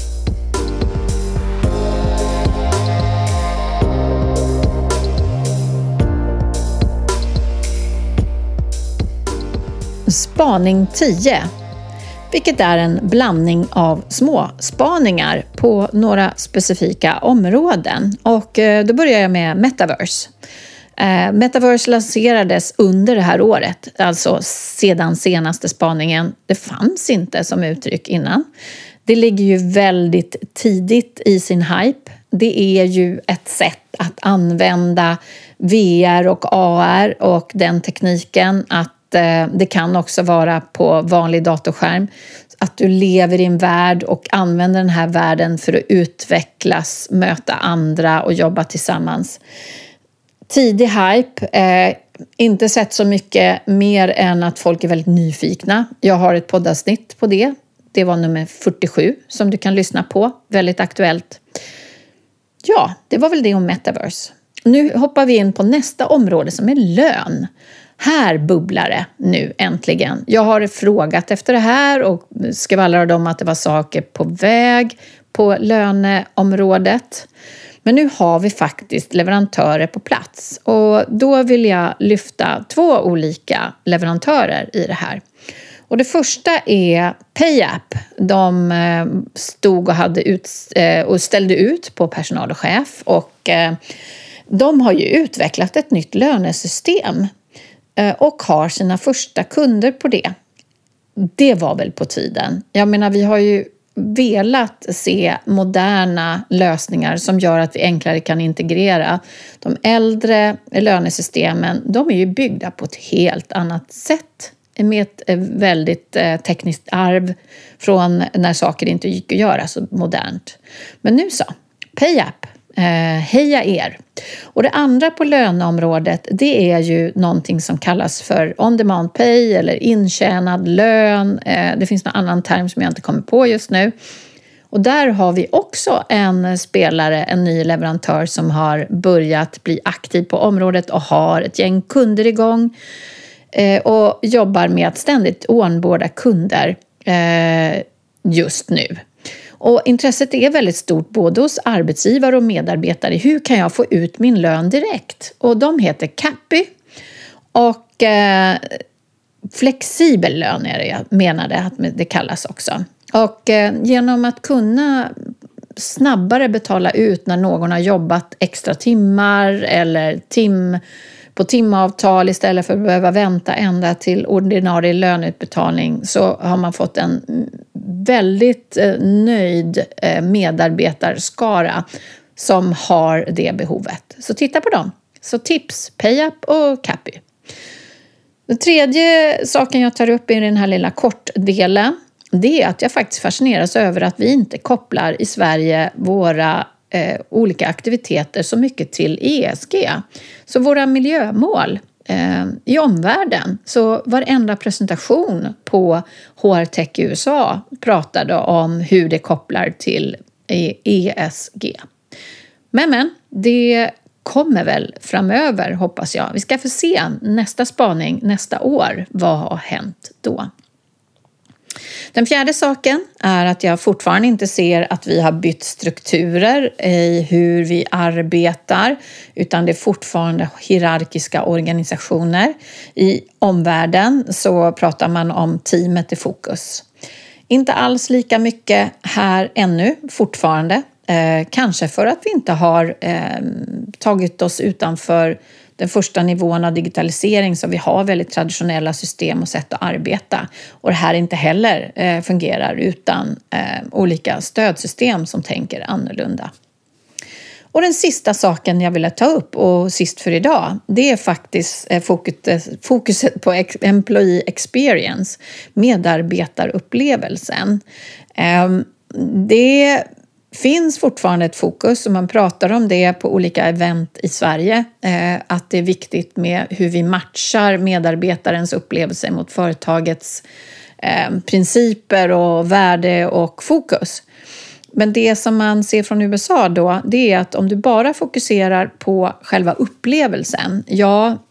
Spaning tio, vilket är en blandning av små spaningar på några specifika områden. Och då börjar jag med Metaverse. Metaverse lanserades under det här året, alltså sedan senaste spaningen. Det fanns inte som uttryck innan. Det ligger ju väldigt tidigt i sin hype. Det är ju ett sätt att använda V R och A R och den tekniken, att det kan också vara på vanlig datorskärm. Att du lever i en värld och använder den här världen för att utvecklas, möta andra och jobba tillsammans. Tidig hype, eh, inte sett så mycket mer än att folk är väldigt nyfikna. Jag har ett poddavsnitt på det. Det var nummer fyrtiosju som du kan lyssna på. Väldigt aktuellt. Ja, det var väl det om Metaverse. Nu hoppar vi in på nästa område som är lön. Här bubblar det nu äntligen. Jag har frågat efter det här och skvallrade om att det var saker på väg på löneområdet. Men nu har vi faktiskt leverantörer på plats. Och då vill jag lyfta två olika leverantörer i det här. Och det första är PayApp. De stod och, hade ut, och ställde ut på personal och chef. Och de har ju utvecklat ett nytt lönesystem. Och har sina första kunder på det. Det var väl på tiden. Jag menar, vi har ju velat se moderna lösningar som gör att vi enklare kan integrera. De äldre lönesystemen, de är ju byggda på ett helt annat sätt. Med ett väldigt tekniskt arv från när saker inte gick att göra så modernt. Men nu så, PayApp. Eh, heja er! Och det andra på löneområdet, det är ju någonting som kallas för on-demand pay eller intjänad lön. Eh, det finns någon annan term som jag inte kommer på just nu. Och där har vi också en spelare, en ny leverantör som har börjat bli aktiv på området och har ett gäng kunder igång. Eh, och jobbar med att ständigt onboarda kunder eh, just nu. Och intresset är väldigt stort både hos arbetsgivare och medarbetare. Hur kan jag få ut min lön direkt? Och de heter Capy. Och eh, flexibel lön är det jag menade att det kallas också. Och eh, genom att kunna snabbare betala ut när någon har jobbat extra timmar eller tim på timavtal istället för att behöva vänta ända till ordinarie löneutbetalning, så har man fått en väldigt nöjd medarbetarskara som har det behovet. Så titta på dem. Så tips, PayApp och Capy. Den tredje saken jag tar upp i den här lilla kortdelen, det är att jag faktiskt fascineras över att vi inte kopplar i Sverige våra eh, olika aktiviteter så mycket till E S G. Så våra miljömål eh, i omvärlden, så varenda presentation på H R Tech i U S A pratade om hur det kopplar till E S G. Men men, det kommer väl framöver, hoppas jag. Vi ska få se nästa spaning nästa år. Vad har hänt då? Den fjärde saken är att jag fortfarande inte ser att vi har bytt strukturer i hur vi arbetar, utan det är fortfarande hierarkiska organisationer. I omvärlden så pratar man om teamet i fokus. Inte alls lika mycket här ännu fortfarande. Eh, kanske för att vi inte har eh, tagit oss utanför den första nivån av digitalisering, så vi har väldigt traditionella system och sätt att arbeta. Och det här inte heller eh, fungerar utan eh, olika stödsystem som tänker annorlunda. Och den sista saken jag ville ta upp, och sist för idag, det är faktiskt eh, fokuset, fokuset på ex- employee experience, medarbetarupplevelsen. Eh, det finns fortfarande ett fokus, och man pratar om det på olika event i Sverige, eh, att det är viktigt med hur vi matchar medarbetarens upplevelse mot företagets eh, principer och värde och fokus. Men det som man ser från U S A då, det är att om du bara fokuserar på själva upplevelsen, ja,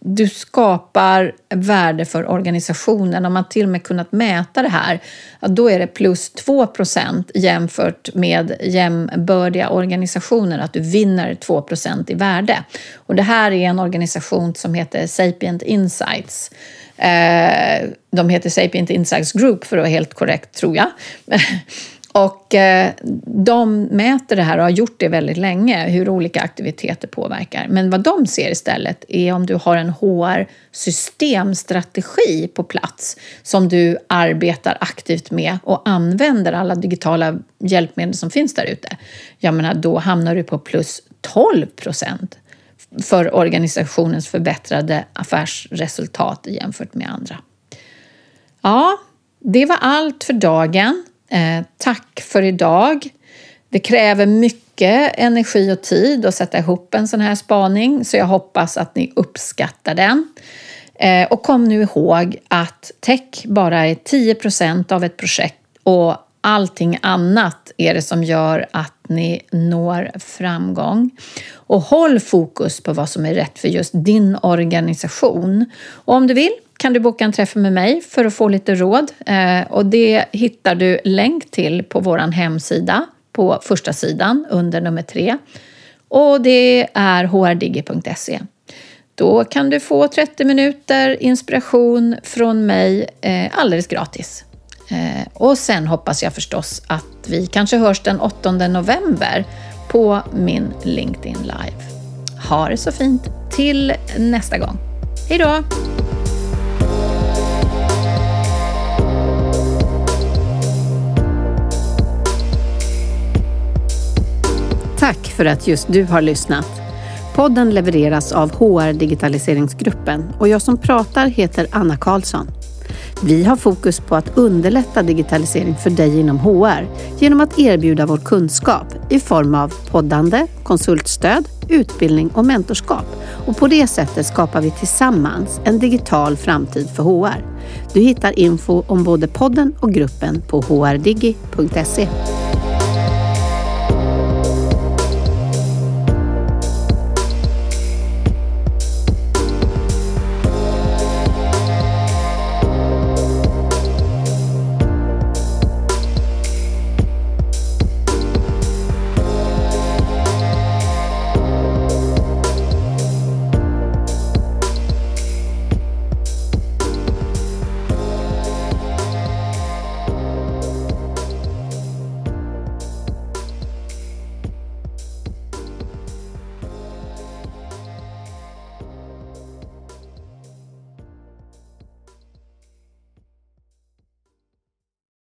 du skapar värde för organisationen. Om man till och med kunnat mäta det här, då är det plus två procent jämfört med jämbördiga organisationer, att du vinner två procent i värde. Och det här är en organisation som heter Sapient Insights. De heter Sapient Insights Group för att vara helt korrekt, tror jag. Och de mäter det här och har gjort det väldigt länge, hur olika aktiviteter påverkar. Men vad de ser istället är om du har en H R-systemstrategi på plats som du arbetar aktivt med och använder alla digitala hjälpmedel som finns där ute. Jag menar, då hamnar du på plus tolv procent för organisationens förbättrade affärsresultat jämfört med andra. Ja, det var allt för dagen. Eh, tack för idag. Det kräver mycket energi och tid att sätta ihop en sån här spaning, så jag hoppas att ni uppskattar den. Eh, och kom nu ihåg att tech bara är tio procent av ett projekt och allting annat är det som gör att ni når framgång. Och håll fokus på vad som är rätt för just din organisation. Och om du vill kan du boka en träff med mig för att få lite råd. Eh, och det hittar du länk till på vår hemsida på första sidan under nummer tre. Och det är h r digi punkt se. Då kan du få trettio minuter inspiration från mig eh, alldeles gratis. Eh, och sen hoppas jag förstås att vi kanske hörs den åttonde november på min LinkedIn Live. Ha det så fint till nästa gång. Hej då! Tack för att just du har lyssnat. Podden levereras av H R-digitaliseringsgruppen och jag som pratar heter Anna Karlsson. Vi har fokus på att underlätta digitalisering för dig inom H R genom att erbjuda vår kunskap i form av poddande, konsultstöd, utbildning och mentorskap. Och på det sättet skapar vi tillsammans en digital framtid för H R. Du hittar info om både podden och gruppen på h r digi punkt se.